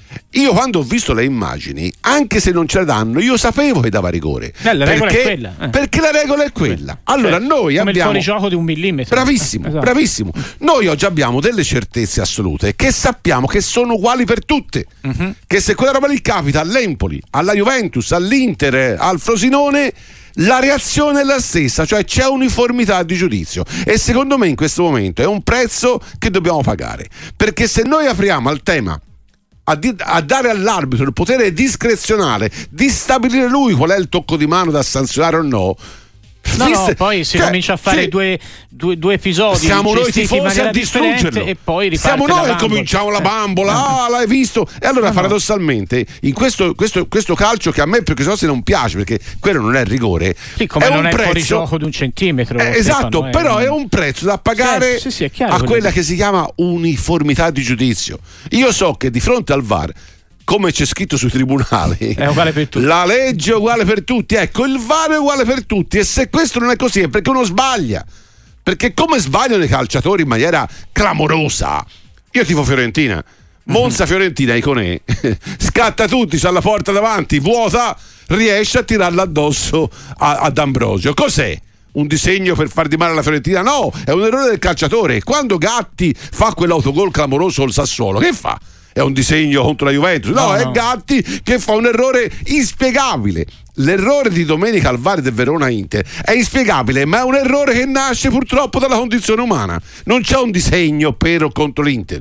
Io quando ho visto le immagini, anche se non c'era danno, io sapevo che dava rigore. Eh, la regola perché, è quella. Eh. Perché la regola è quella. Allora cioè, noi come abbiamo... il fuorigioco di un millimetro. Bravissimo, esatto. bravissimo. Noi oggi abbiamo delle certezze assolute che sappiamo che sono uguali per tutte. Uh-huh. Che se quella roba lì capita all'Empoli, alla Juventus, all'Inter, al Frosinone, la reazione è la stessa, cioè c'è uniformità di giudizio. E secondo me in questo momento è un prezzo che dobbiamo pagare. Perché se noi apriamo al tema A, di- a dare all'arbitro il potere discrezionale di stabilire lui qual è il tocco di mano da sanzionare o no. No, no, poi si cioè, comincia a fare sì, due, due, due episodi. Siamo noi gestiti in tifosi maniera a distruggerlo. E poi riparte siamo la noi che bambola. cominciamo la bambola. Ah, l'hai visto? E allora, no, paradossalmente, in questo, questo, questo calcio che a me perché se non piace, perché quello non è rigore. Sì, come è non un è prezzo, fuori gioco di un centimetro. Eh, esatto, eh, però eh, è un prezzo da pagare sì, sì, è chiaro, a quella quello. che si chiama uniformità di giudizio. Io so che di fronte al V A R, come c'è scritto sui tribunali, è uguale per tutti. La legge è uguale per tutti. Ecco, il V A R è uguale per tutti. E se questo non è così è perché uno sbaglia. Perché come sbagliano i calciatori in maniera clamorosa. Io tifo Fiorentina, Monza-Fiorentina, Iconè, scatta tutti, c'ha la porta davanti, vuota, riesce a tirarla addosso a, ad Ambrosio. Cos'è? Un disegno per far di male alla Fiorentina? No, è un errore del calciatore. Quando Gatti fa quell'autogol clamoroso al Sassuolo, che fa? È un disegno contro la Juventus? No, no, è Gatti che fa un errore inspiegabile. L'errore di domenica al V A R del Verona Inter è inspiegabile, ma è un errore che nasce purtroppo dalla condizione umana. Non c'è un disegno per o contro l'Inter.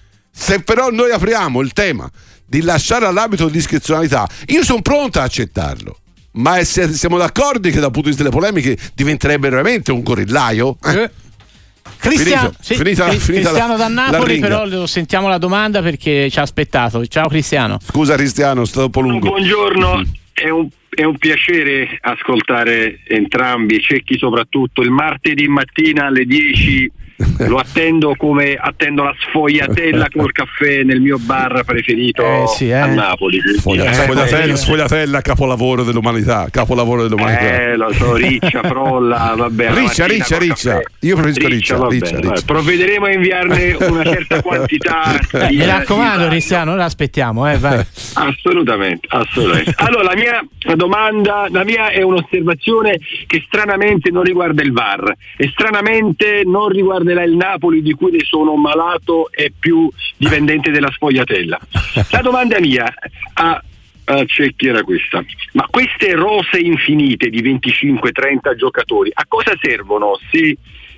Se però noi apriamo il tema di lasciare all'arbitro discrezionalità, io sono pronto a accettarlo. Ma se siamo d'accordo che dal punto di vista delle polemiche diventerebbe veramente un gorillaio? Eh? Cristiano, finito, sì, finita, Cri- finita Cristiano la, da Napoli, la però lo sentiamo la domanda perché ci ha aspettato. Ciao Cristiano. Scusa Cristiano, è stato un po' lungo. Buongiorno, è un, è un piacere ascoltare entrambi, Cecchi soprattutto. Il martedì mattina alle dieci lo attendo come attendo la sfogliatella col caffè nel mio bar preferito eh, sì, eh. a Napoli. Sfoglia, eh, sfogliatella, eh, sfogliatella, capolavoro dell'umanità, capolavoro dell'umanità. Eh, lo so, Riccia, Frolla, vabbè. Riccia, Riccia, Riccia. Io preferisco Riccia, Riccia, Riccia, Riccia. Vabbè, provvederemo a inviarne una certa quantità. Di, Mi raccomando, Cristiano, noi l'aspettiamo, eh, vai. Assolutamente, assolutamente. Allora, la mia domanda, la mia è un'osservazione che stranamente non riguarda il V A R e stranamente non riguarderà il Napoli, di cui ne sono malato e più dipendente della sfogliatella. La domanda mia a, a Cecchi era questa: ma queste rose infinite di venticinque trenta giocatori a cosa servono se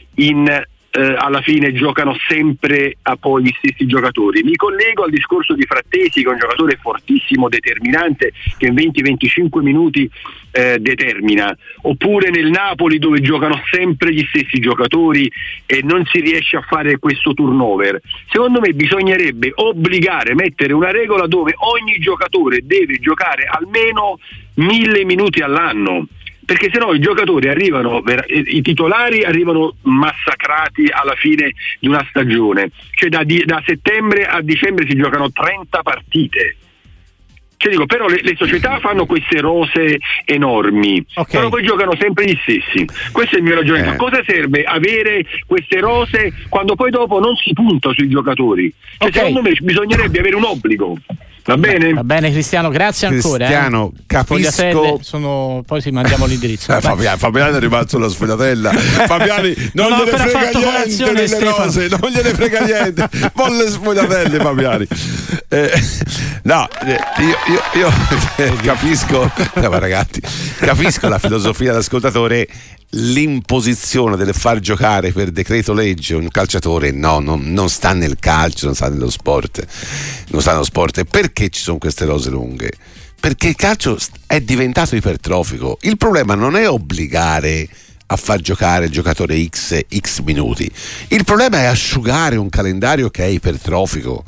in Eh, alla fine giocano sempre a poi gli stessi giocatori? Mi collego al discorso di Frattesi, che è un giocatore fortissimo, determinante, che in venti venticinque minuti eh, determina, oppure nel Napoli dove giocano sempre gli stessi giocatori e non si riesce a fare questo turnover. Secondo me bisognerebbe obbligare, mettere una regola dove ogni giocatore deve giocare almeno mille minuti all'anno. perché sennò i giocatori arrivano, i titolari arrivano massacrati alla fine di una stagione, cioè da, di, da settembre a dicembre si giocano trenta partite. Cioè dico, però le, le società fanno queste rose enormi, okay. Però poi giocano sempre gli stessi. Questo è il mio ragionamento. Eh. Cosa serve avere queste rose quando poi dopo non si punta sui giocatori? Cioè, okay. Secondo me bisognerebbe avere un obbligo. Va bene? Va bene Cristiano, grazie ancora. Cristiano, eh. capisco. Sono... Poi si mandiamo l'indirizzo. Eh, Fabiani, Fabiani è rimasto sulla sfogliatella. Fabiani non, non gliene frega niente delle Stefano. Rose, non gliene frega niente. Volle sfogliatelle Fabiani. Eh, no, io, io, io capisco, no, ragazzi, capisco la filosofia dell'ascoltatore. L'imposizione del far giocare per decreto legge un calciatore no, non, non sta nel calcio, non sta nello sport, non sta nello sport. Perché ci sono queste rose lunghe? Perché il calcio è diventato ipertrofico. Il problema non è obbligare a far giocare il giocatore X X minuti, il problema è asciugare un calendario che è ipertrofico.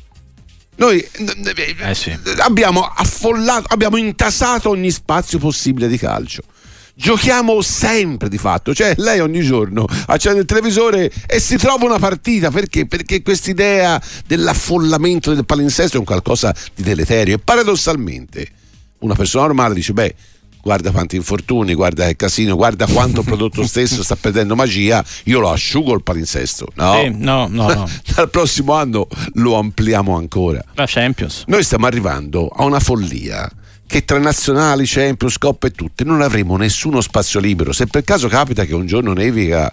Noi eh sì. abbiamo affollato, abbiamo intasato ogni spazio possibile di calcio. Giochiamo sempre di fatto, cioè lei ogni giorno accende il televisore e si trova una partita. Perché? Perché quest'idea dell'affollamento del palinsesto è un qualcosa di deleterio e paradossalmente una persona normale dice beh, guarda quanti infortuni, guarda che casino, guarda quanto il prodotto stesso sta perdendo magia, io lo asciugo il palinsesto. No, eh, no, no, no. Dal prossimo anno lo ampliamo ancora. La Champions. Noi stiamo arrivando a una follia che tra nazionali, Champions, Coppa e tutte non avremo nessuno spazio libero. Se per caso capita che un giorno nevica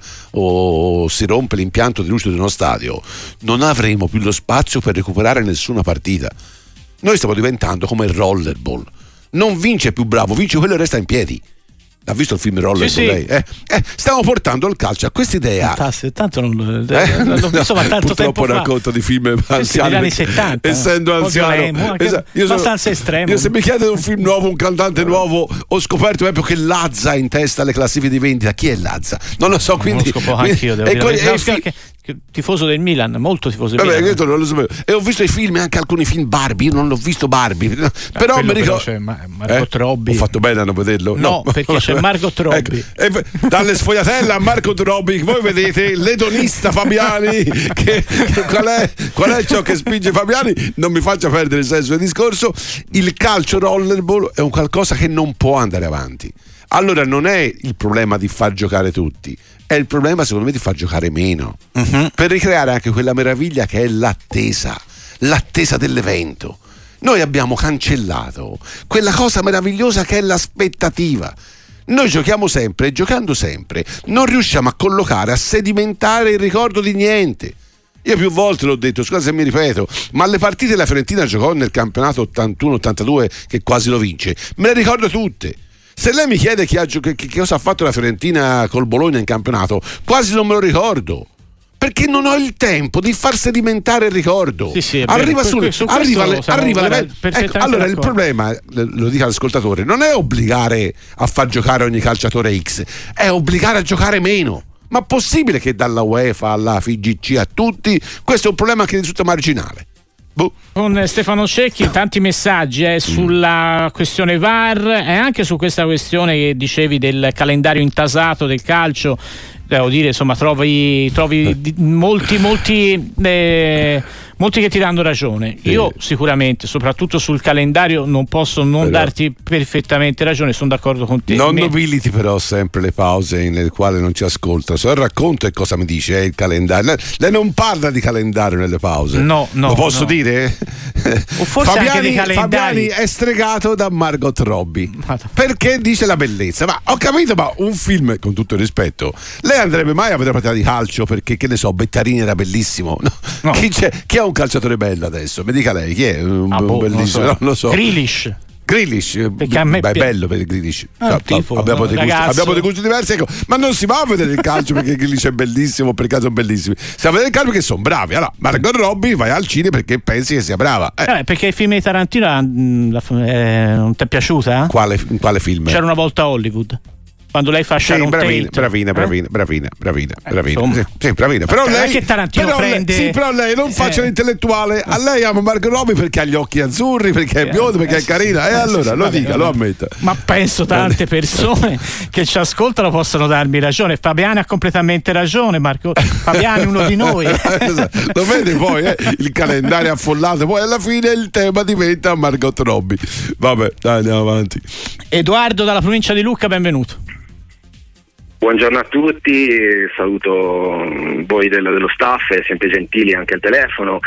o si rompe l'impianto di luce di uno stadio, non avremo più lo spazio per recuperare nessuna partita. Noi stiamo diventando come il rollerball. Non vince più bravo, vince quello che resta in piedi. Ha visto il film Roller sì, con sì. lei? Eh? Eh, stiamo portando il calcio a quest'idea. Fantastico, tanto non eh? l'ho visto ma tanto tempo fa. Racconto di film anziani degli anni settanta, essendo anziano esatto. Io abbastanza sono, estremo. Io se mi chiede un film nuovo, un cantante nuovo, ho scoperto proprio che Lazza ha in testa le classifiche di vendita. Chi è Lazza? Non lo so, quindi non lo scopo anch'io, devo dire. E, e fi- che, che, tifoso del Milan, molto tifoso del Vabbè, Milan. Non lo sapevo. E ho visto i film, anche alcuni film Barbie. Io non l'ho visto Barbie, no, però mi ricordo. C'è Margot eh? Robbie. Ho fatto bene a non vederlo. No, no. Perché c'è Margot Robbie. Ecco. E dalle sfogliatelle a Margot Robbie, voi vedete l'edonista Fabiani. Che, che qual, è, qual è ciò che spinge Fabiani? Non mi faccia perdere il senso del discorso. Il calcio rollerball è un qualcosa che non può andare avanti. Allora non è il problema di far giocare tutti, è il problema secondo me di far giocare meno, uh-huh. per ricreare anche quella meraviglia che è l'attesa, l'attesa dell'evento. Noi abbiamo cancellato quella cosa meravigliosa che è l'aspettativa. Noi giochiamo sempre e giocando sempre non riusciamo a collocare, a sedimentare il ricordo di niente. Io più volte l'ho detto, scusa se mi ripeto, ma le partite la Fiorentina giocò nel campionato ottantuno ottantadue che quasi lo vince, me le ricordo tutte. Se lei mi chiede chi ha, che, che cosa ha fatto la Fiorentina col Bologna in campionato, quasi non me lo ricordo. Perché non ho il tempo di far sedimentare il ricordo. Sì, sì, arriva su, su, su arriva, le, arriva le, ecco, allora d'accordo. Il problema, lo dico all'ascoltatore, non è obbligare a far giocare ogni calciatore X, è obbligare a giocare meno. Ma possibile che dalla UEFA alla F I G C a tutti questo è un problema che risulta marginale? Boh. Con Stefano Cecchi tanti messaggi eh, sulla questione V A R e anche su questa questione che dicevi del calendario intasato del calcio. Devo dire, insomma, trovi, trovi di, molti, molti, eh, molti che ti danno ragione. Sì. Io sicuramente, soprattutto sul calendario, non posso non però darti perfettamente ragione, sono d'accordo con te. Non nobiliti però sempre le pause nelle quali non ci ascolta. Se racconto e cosa mi dice, è il calendario. Lei, lei non parla di calendario nelle pause. No, no. Lo posso no. dire? O forse Fabiani, anche dei calendari. Fabiani è stregato da Margot Robbie. Madonna. Perché dice la bellezza. Ma ho capito, ma un film, con tutto il rispetto, lei andrebbe mai a vedere una partita di calcio perché, che ne so, Bettarini era bellissimo? No. No. Chi, c'è, chi è un calciatore bello adesso? Mi dica lei, chi è un, ah, boh, bellissimo? Non lo so. Grealish. Grealish, beh, me è bello per il Grealish. Ah, no, tipo, abbiamo, no, dei gusti, abbiamo dei gusti diversi, ecco. Ma non si va a vedere il calcio perché Grealish è bellissimo, per caso sono bellissimi. Si va a vedere il calcio perché sono bravi. Allora, Margot Robbie vai al cinema perché pensi che sia brava. Eh. Eh, perché il film di Tarantino mh, eh, non ti è piaciuta? Quale, quale film? C'era una volta a Hollywood. quando lei fa Sharon sì, bravina, Tate. bravina, bravina, eh? bravina, bravina, bravina, eh, sì, sì, bravina. Però lei, che Tarantino però prende... lei, sì, però lei non faccia eh. l'intellettuale. A lei ama Margot Robbie perché ha gli occhi azzurri, perché è bionda, perché eh, è carina. sì, E eh, allora sì, lo vabbè, dica, vabbè. lo ammetta. Ma penso tante persone che ci ascoltano possono darmi ragione. Fabiani ha completamente ragione, Marco. Fabiani è uno di noi. Lo vedi poi, eh? Il calendario affollato, poi alla fine il tema diventa Margot Robbie. Vabbè, dai, andiamo avanti. Edoardo dalla provincia di Lucca, benvenuto. Buongiorno a tutti, saluto voi dello, dello staff, sempre gentili anche al telefono,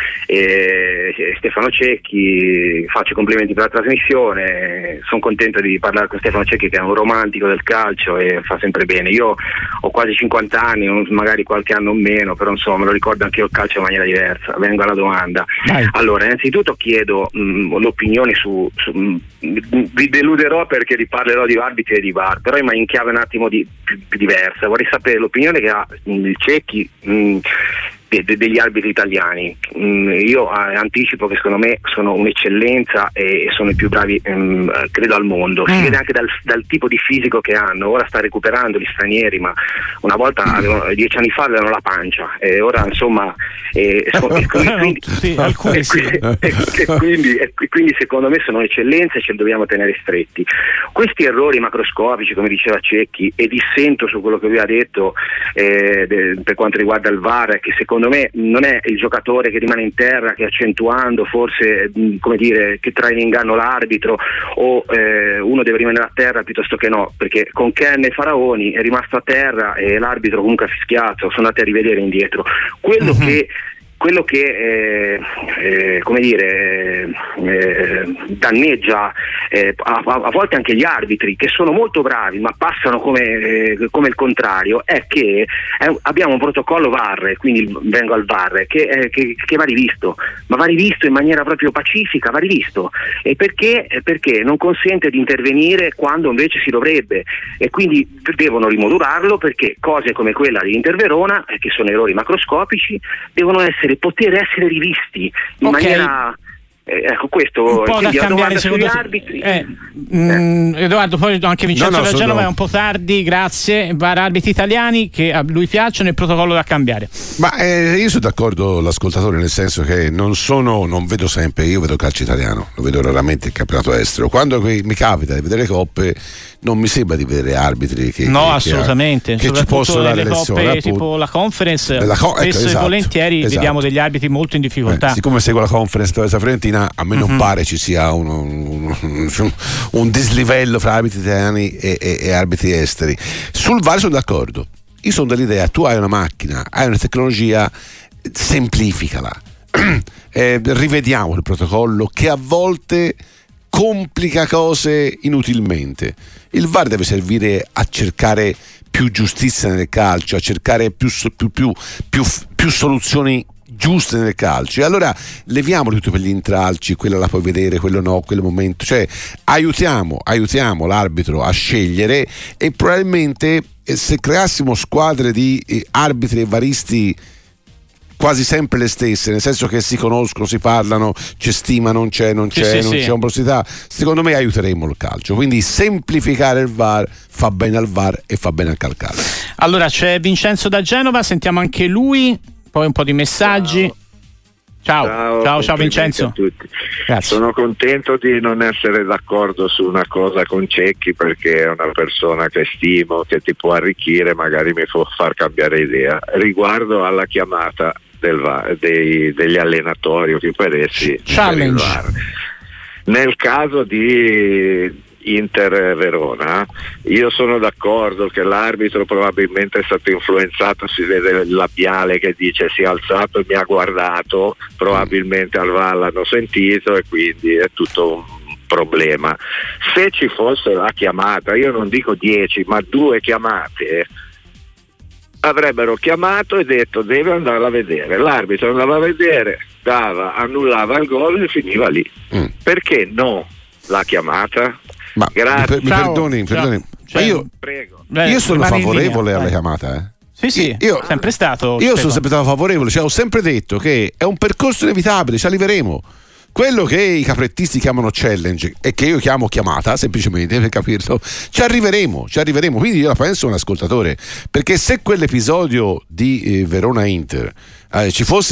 e, e Stefano Cecchi, faccio complimenti per la trasmissione, sono contento di parlare con Stefano Cecchi che è un romantico del calcio e fa sempre bene. Io ho quasi cinquanta anni, magari qualche anno meno, però insomma me lo ricordo anche io il calcio in maniera diversa. Vengo alla domanda. Dai. Allora, innanzitutto chiedo mh, l'opinione su, su mh, vi deluderò perché riparlerò di arbitri e di V A R, però in chiave un attimo di, di diversa. Vorrei sapere l'opinione che ha il Cecchi mh, de, de, degli arbitri italiani. Mh, io eh, anticipo che secondo me sono un'eccellenza e, e sono i più bravi mh, credo al mondo. Si mm. vede anche dal, dal tipo di fisico che hanno. Ora sta recuperando gli stranieri, ma una volta avevano, dieci anni fa avevano la pancia e ora insomma e, e, e, quindi, sì, alcuni sì. e, e, e, quindi, e quindi secondo me sono eccellenze e ce li dobbiamo tenere stretti. Questi errori macroscopici, come diceva Cecchi, e dissento su quello che lui ha detto eh, de, per quanto riguarda il V A R, che secondo me non è il giocatore che rimane in terra che accentuando forse mh, come dire che trae in inganno l'arbitro o eh, uno deve rimanere a terra piuttosto che no, perché con Ken e Faraoni è rimasto a terra e l'arbitro comunque ha fischiato, sono andati a rivedere indietro quello mm-hmm. che quello che eh, eh, come dire eh, danneggia eh, a, a volte anche gli arbitri che sono molto bravi ma passano come, eh, come il contrario è che eh, abbiamo un protocollo V A R, quindi vengo al V A R che, eh, che, che va rivisto, ma va rivisto in maniera proprio pacifica, va rivisto e perché? Perché non consente di intervenire quando invece si dovrebbe e quindi devono rimodularlo perché cose come quella di Inter Verona, eh, che sono errori macroscopici, devono essere poter essere rivisti in okay. maniera eh, ecco questo un po' da cambiare secondo te eh, mh, eh. Edoardo, poi anche Vincenzo no, no, da Genova no. È un po' tardi, grazie. V A R arbitri italiani che a lui piacciono, il protocollo da cambiare. Ma eh, io sono d'accordo con l'ascoltatore, nel senso che non sono non vedo sempre, io vedo calcio italiano, lo vedo raramente il campionato estero. Quando mi capita di vedere coppe non mi sembra di vedere arbitri che no che, assolutamente che, che ci possono dare le lezioni coppe, tipo la conference la co- spesso ecco, esatto, e volentieri esatto. vediamo degli arbitri molto in difficoltà. Eh, siccome seguo la conference della Fiorentina, a me non mm-hmm. pare ci sia un, un, un, un dislivello fra arbitri italiani e, e, e arbitri esteri. Sul V A R sono d'accordo, io sono dell'idea, tu hai una macchina, hai una tecnologia, semplificala, eh, rivediamo il protocollo che a volte complica cose inutilmente. Il V A R deve servire a cercare più giustizia nel calcio, a cercare più, più, più, più, più soluzioni giuste nel calcio, e allora leviamo tutto per gli intralci, quella la puoi vedere, quello no, quel momento, cioè aiutiamo, aiutiamo l'arbitro a scegliere e probabilmente eh, se creassimo squadre di eh, arbitri e varisti quasi sempre le stesse, nel senso che si conoscono, si parlano, c'è stima, non c'è, non c'è, sì, non sì, c'è ombrosità, secondo me aiuteremo il calcio. Quindi semplificare il V A R fa bene al V A R e fa bene anche al calcio. Allora c'è Vincenzo da Genova, sentiamo anche lui, poi un po' di messaggi. Ciao, ciao, ciao, ciao Vincenzo. A tutti. Sono contento di non essere d'accordo su una cosa con Cecchi, perché è una persona che stimo, che ti può arricchire, magari mi può far cambiare idea. Riguardo alla chiamata del V A R, dei, degli allenatori o chi per essi, challenge. Nel caso di Inter Verona, io sono d'accordo che l'arbitro probabilmente è stato influenzato, si vede il labiale che dice si è alzato e mi ha guardato, probabilmente al V A R l'hanno sentito e quindi è tutto un problema. Se ci fosse la chiamata, io non dico dieci ma due chiamate, avrebbero chiamato e detto deve andare a vedere, l'arbitro andava a vedere, dava, annullava il gol e finiva lì. mm. Perché no la chiamata? Ma grazie. Mi, per, mi perdoni, mi perdoni. Ciao. Ma io, Prego. io sono favorevole linea, alla chiamata, eh. Sì, sì, io, sempre stato. Io sono sempre stato favorevole, cioè ho sempre detto che è un percorso inevitabile, ci arriveremo. quello che i caprettisti chiamano challenge e che io chiamo chiamata, semplicemente per capirlo, ci arriveremo, ci arriveremo. Quindi io la penso un ascoltatore, perché se quell'episodio di eh, Verona Inter eh, ci fosse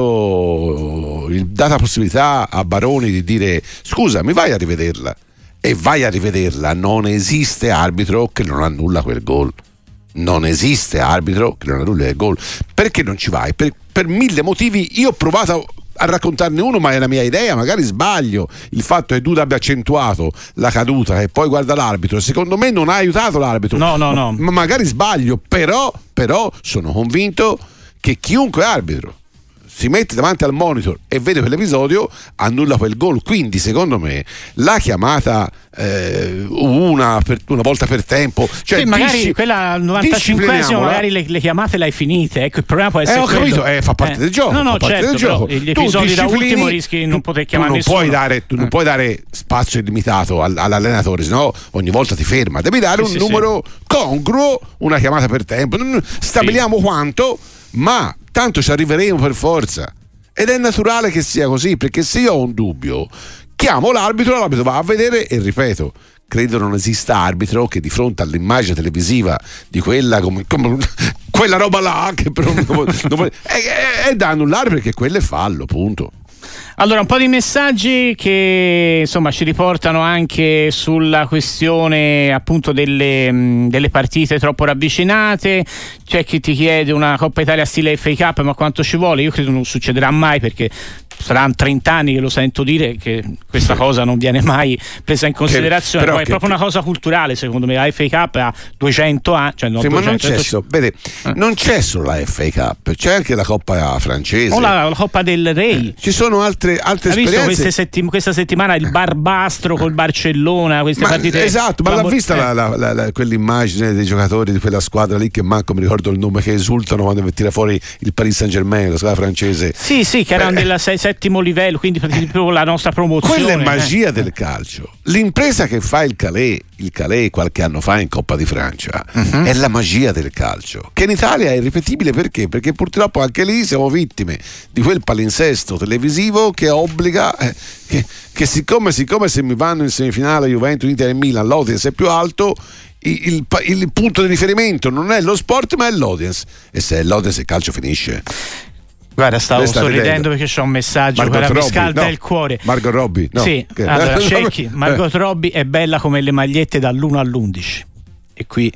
stato il, data possibilità a Baroni di dire scusa, mi vai a rivederla, e vai a rivederla, non esiste arbitro che non annulla quel gol. Non esiste arbitro che non annulla il gol. Perché non ci vai? Per, per mille motivi. Io ho provato a, a raccontarne uno, ma è la mia idea, magari sbaglio. Il fatto che Duda abbia accentuato la caduta e poi guarda l'arbitro, secondo me non ha aiutato l'arbitro. No, no, no. Ma magari sbaglio, però, però sono convinto che chiunque arbitro si mette davanti al monitor e vede quell'episodio, annulla quel gol. Quindi secondo me la chiamata eh, una, per, una volta per tempo, cioè sì, magari disci- quella al novantacinquesimo magari le, le chiamate le hai finite, ecco, il problema può essere eh, ho quello. capito, eh, fa parte eh. del gioco, no no fa parte certo, del gioco. Gli episodi da ultimo rischi di non poter chiamare tu non nessuno. Puoi dare, tu non puoi dare spazio illimitato all, all'allenatore, sennò ogni volta ti ferma. Devi dare sì, un sì, numero sì. congruo, una chiamata per tempo, stabiliamo sì. quanto, ma tanto ci arriveremo per forza. Ed è naturale che sia così, perché se io ho un dubbio chiamo l'arbitro, l'arbitro va a vedere e ripeto, credo non esista arbitro che di fronte all'immagine televisiva di quella come, come quella roba là che però non, non, è, è da annullare, perché quello è fallo, punto. Allora, un po' di messaggi che insomma ci riportano anche sulla questione appunto delle, mh, delle partite troppo ravvicinate. C'è chi ti chiede una Coppa Italia stile F A Cup, ma quanto ci vuole? Io credo non succederà mai, perché saranno trenta anni che lo sento dire che questa cosa non viene mai presa in considerazione. Che, Poi è che, proprio una cosa culturale, secondo me. La F A Cup ha duecento anni, cioè non sì, duecento, ma non c'è, cento... so, vede, eh. non c'è solo la F A Cup, c'è anche la Coppa francese o la, la Coppa del Re. Eh, ci sono altre, altre Hai esperienze. Visto settim- questa settimana il Barbastro col Barcellona, queste ma, partite. Esatto, ma l'ha vista eh. la, la, la, la, quell'immagine dei giocatori di quella squadra lì, che manco mi ricordo il nome, che esultano quando tira fuori il Paris Saint-Germain, la squadra francese. Sì, sì, che erano eh. del sei, settimo livello, quindi proprio la nostra promozione. Quella è magia eh. del calcio. L'impresa che fa il Calais, il Calais qualche anno fa in Coppa di Francia, uh-huh. è la magia del calcio, che in Italia è irripetibile. Perché? Perché purtroppo anche lì siamo vittime di quel palinsesto televisivo che obbliga eh, che, che siccome, siccome se mi vanno in semifinale Juventus, Inter e Milan, l'audience è più alto, il, il, il punto di riferimento non è lo sport ma è l'audience, e se è l'audience il calcio finisce. Guarda, stavo sorridendo ridendo. Perché c'ho un messaggio che mi scalda no. il cuore. Margot Robbie, no. Sì, che... allora Cecchi, Margot Robbie è bella come le magliette dall'uno all'undici. E qui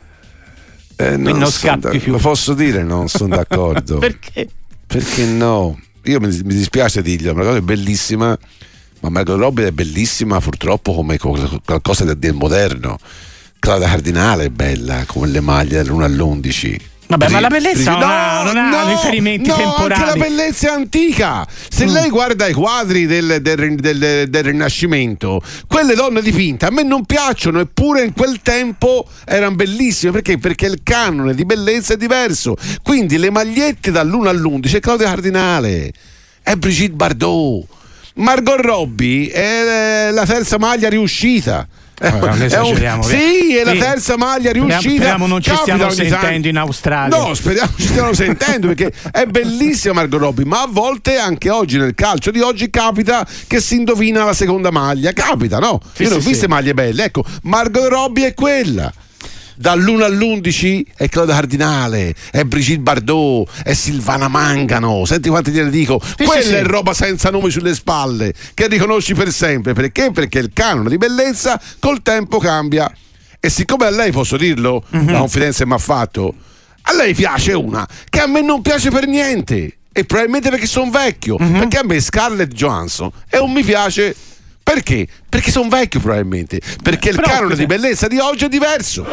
eh, non, non scappi da... più. Lo posso dire, non sono d'accordo. Perché? Perché no? Io mi, mi dispiace dirglielo, Margot è bellissima, ma Margot Robbie è bellissima purtroppo come qualcosa del, del moderno. Claudia Cardinale è bella come le maglie dall'uno all'undici. Vabbè, Pri- ma la bellezza pri- non, ha, no, non ha no, riferimenti no, temporali. Anche la bellezza è antica. Se mm. lei guarda i quadri del, del, del, del Rinascimento, quelle donne dipinte a me non piacciono, eppure in quel tempo erano bellissime. Perché? Perché il canone di bellezza è diverso. Quindi le magliette dall'uno all'undici è Claudia Cardinale, è Brigitte Bardot. Margot Robbie è la terza maglia riuscita. Allora, non esageriamo, è un, sì, è la terza maglia riuscita. Speriamo non ci stiamo sentendo in Australia. No, speriamo ci stiamo sentendo, perché è bellissima Margot Robbie, ma a volte anche oggi nel calcio di oggi capita che si indovina la seconda maglia. Capita, no? Sì, Io non ho sì, viste sì. maglie belle. Ecco, Margot Robbie è quella. Dall'uno all'undici è Claudia Cardinale, è Brigitte Bardot, è Silvana Mangano. Senti quante gliene dico. Sì, Quella sì, è sì. roba senza nome sulle spalle, che riconosci per sempre. Perché? Perché il canone di bellezza col tempo cambia. E siccome a lei, posso dirlo, mm-hmm. la confidenza che mi ha fatto, a lei piace una che a me non piace per niente, e probabilmente perché sono vecchio. Mm-hmm. Perché a me Scarlett Johansson è un mi piace. Perché? Perché sono vecchio, probabilmente. Perché il Però, canone di bellezza di oggi è diverso.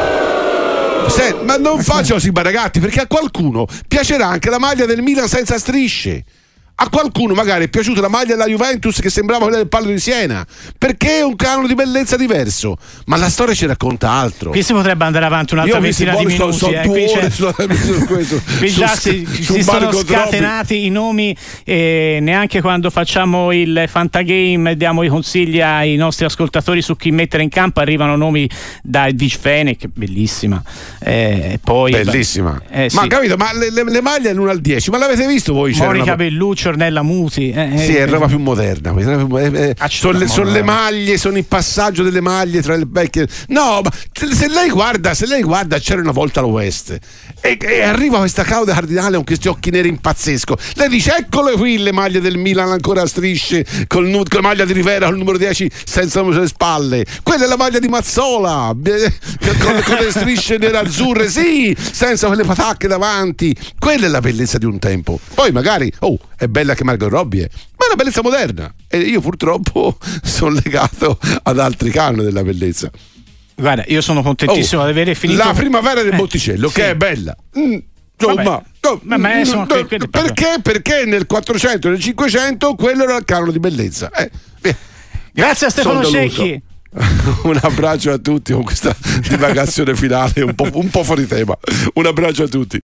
Senti, ma non faccio così, ragazzi, perché a qualcuno piacerà anche la maglia del Milan senza strisce. A qualcuno magari è piaciuta la maglia della Juventus che sembrava quella del Pallo di Siena, perché è un canone di bellezza diverso. Ma la storia ci racconta altro. Qui si potrebbe andare avanti un'altra ventina di minuti. Sto, sto eh. Qui, c'è... su, su questo, qui su, già si, su si sono Margot scatenati Robbie. I nomi, eh, neanche quando facciamo il Fantagame e diamo i consigli ai nostri ascoltatori su chi mettere in campo arrivano nomi da Edwige Fenech, bellissima. Eh, poi, bellissima. Eh, sì. Ma capito, ma le, le, le maglie dall'uno al dieci, ma l'avete visto voi? Monica C'erano... Belluccio, Ornella Muti. Eh, sì, eh, è roba più moderna. Eh, eh, sono, le, sono le maglie, sono il passaggio delle maglie tra le vecchie. No, ma se lei guarda, se lei guarda, c'era una volta l'Oest e, e arriva questa Claudia Cardinale con questi occhi neri impazzesco. Lei dice: eccole qui le maglie del Milan ancora a strisce, con, con la maglia di Rivera col numero dieci senza le spalle. Quella è la maglia di Mazzola con, con le strisce nerazzurre, sì, senza quelle patacche davanti. Quella è la bellezza di un tempo. Poi magari, oh, è bella che Margot Robbie è, ma è una bellezza moderna e io purtroppo sono legato ad altri canoni della bellezza. Guarda, io sono contentissimo oh, di avere finito la primavera del eh, Botticello, sì, che è bella. Mm. Vabbè, ma, no, ma, ma insomma, no, que- perché? Perché nel quattrocento e nel cinquecento quello era il canone di bellezza. Eh, Grazie a Stefano Cecchi. Un abbraccio a tutti con questa divagazione finale un po', un po' fuori tema. Un abbraccio a tutti.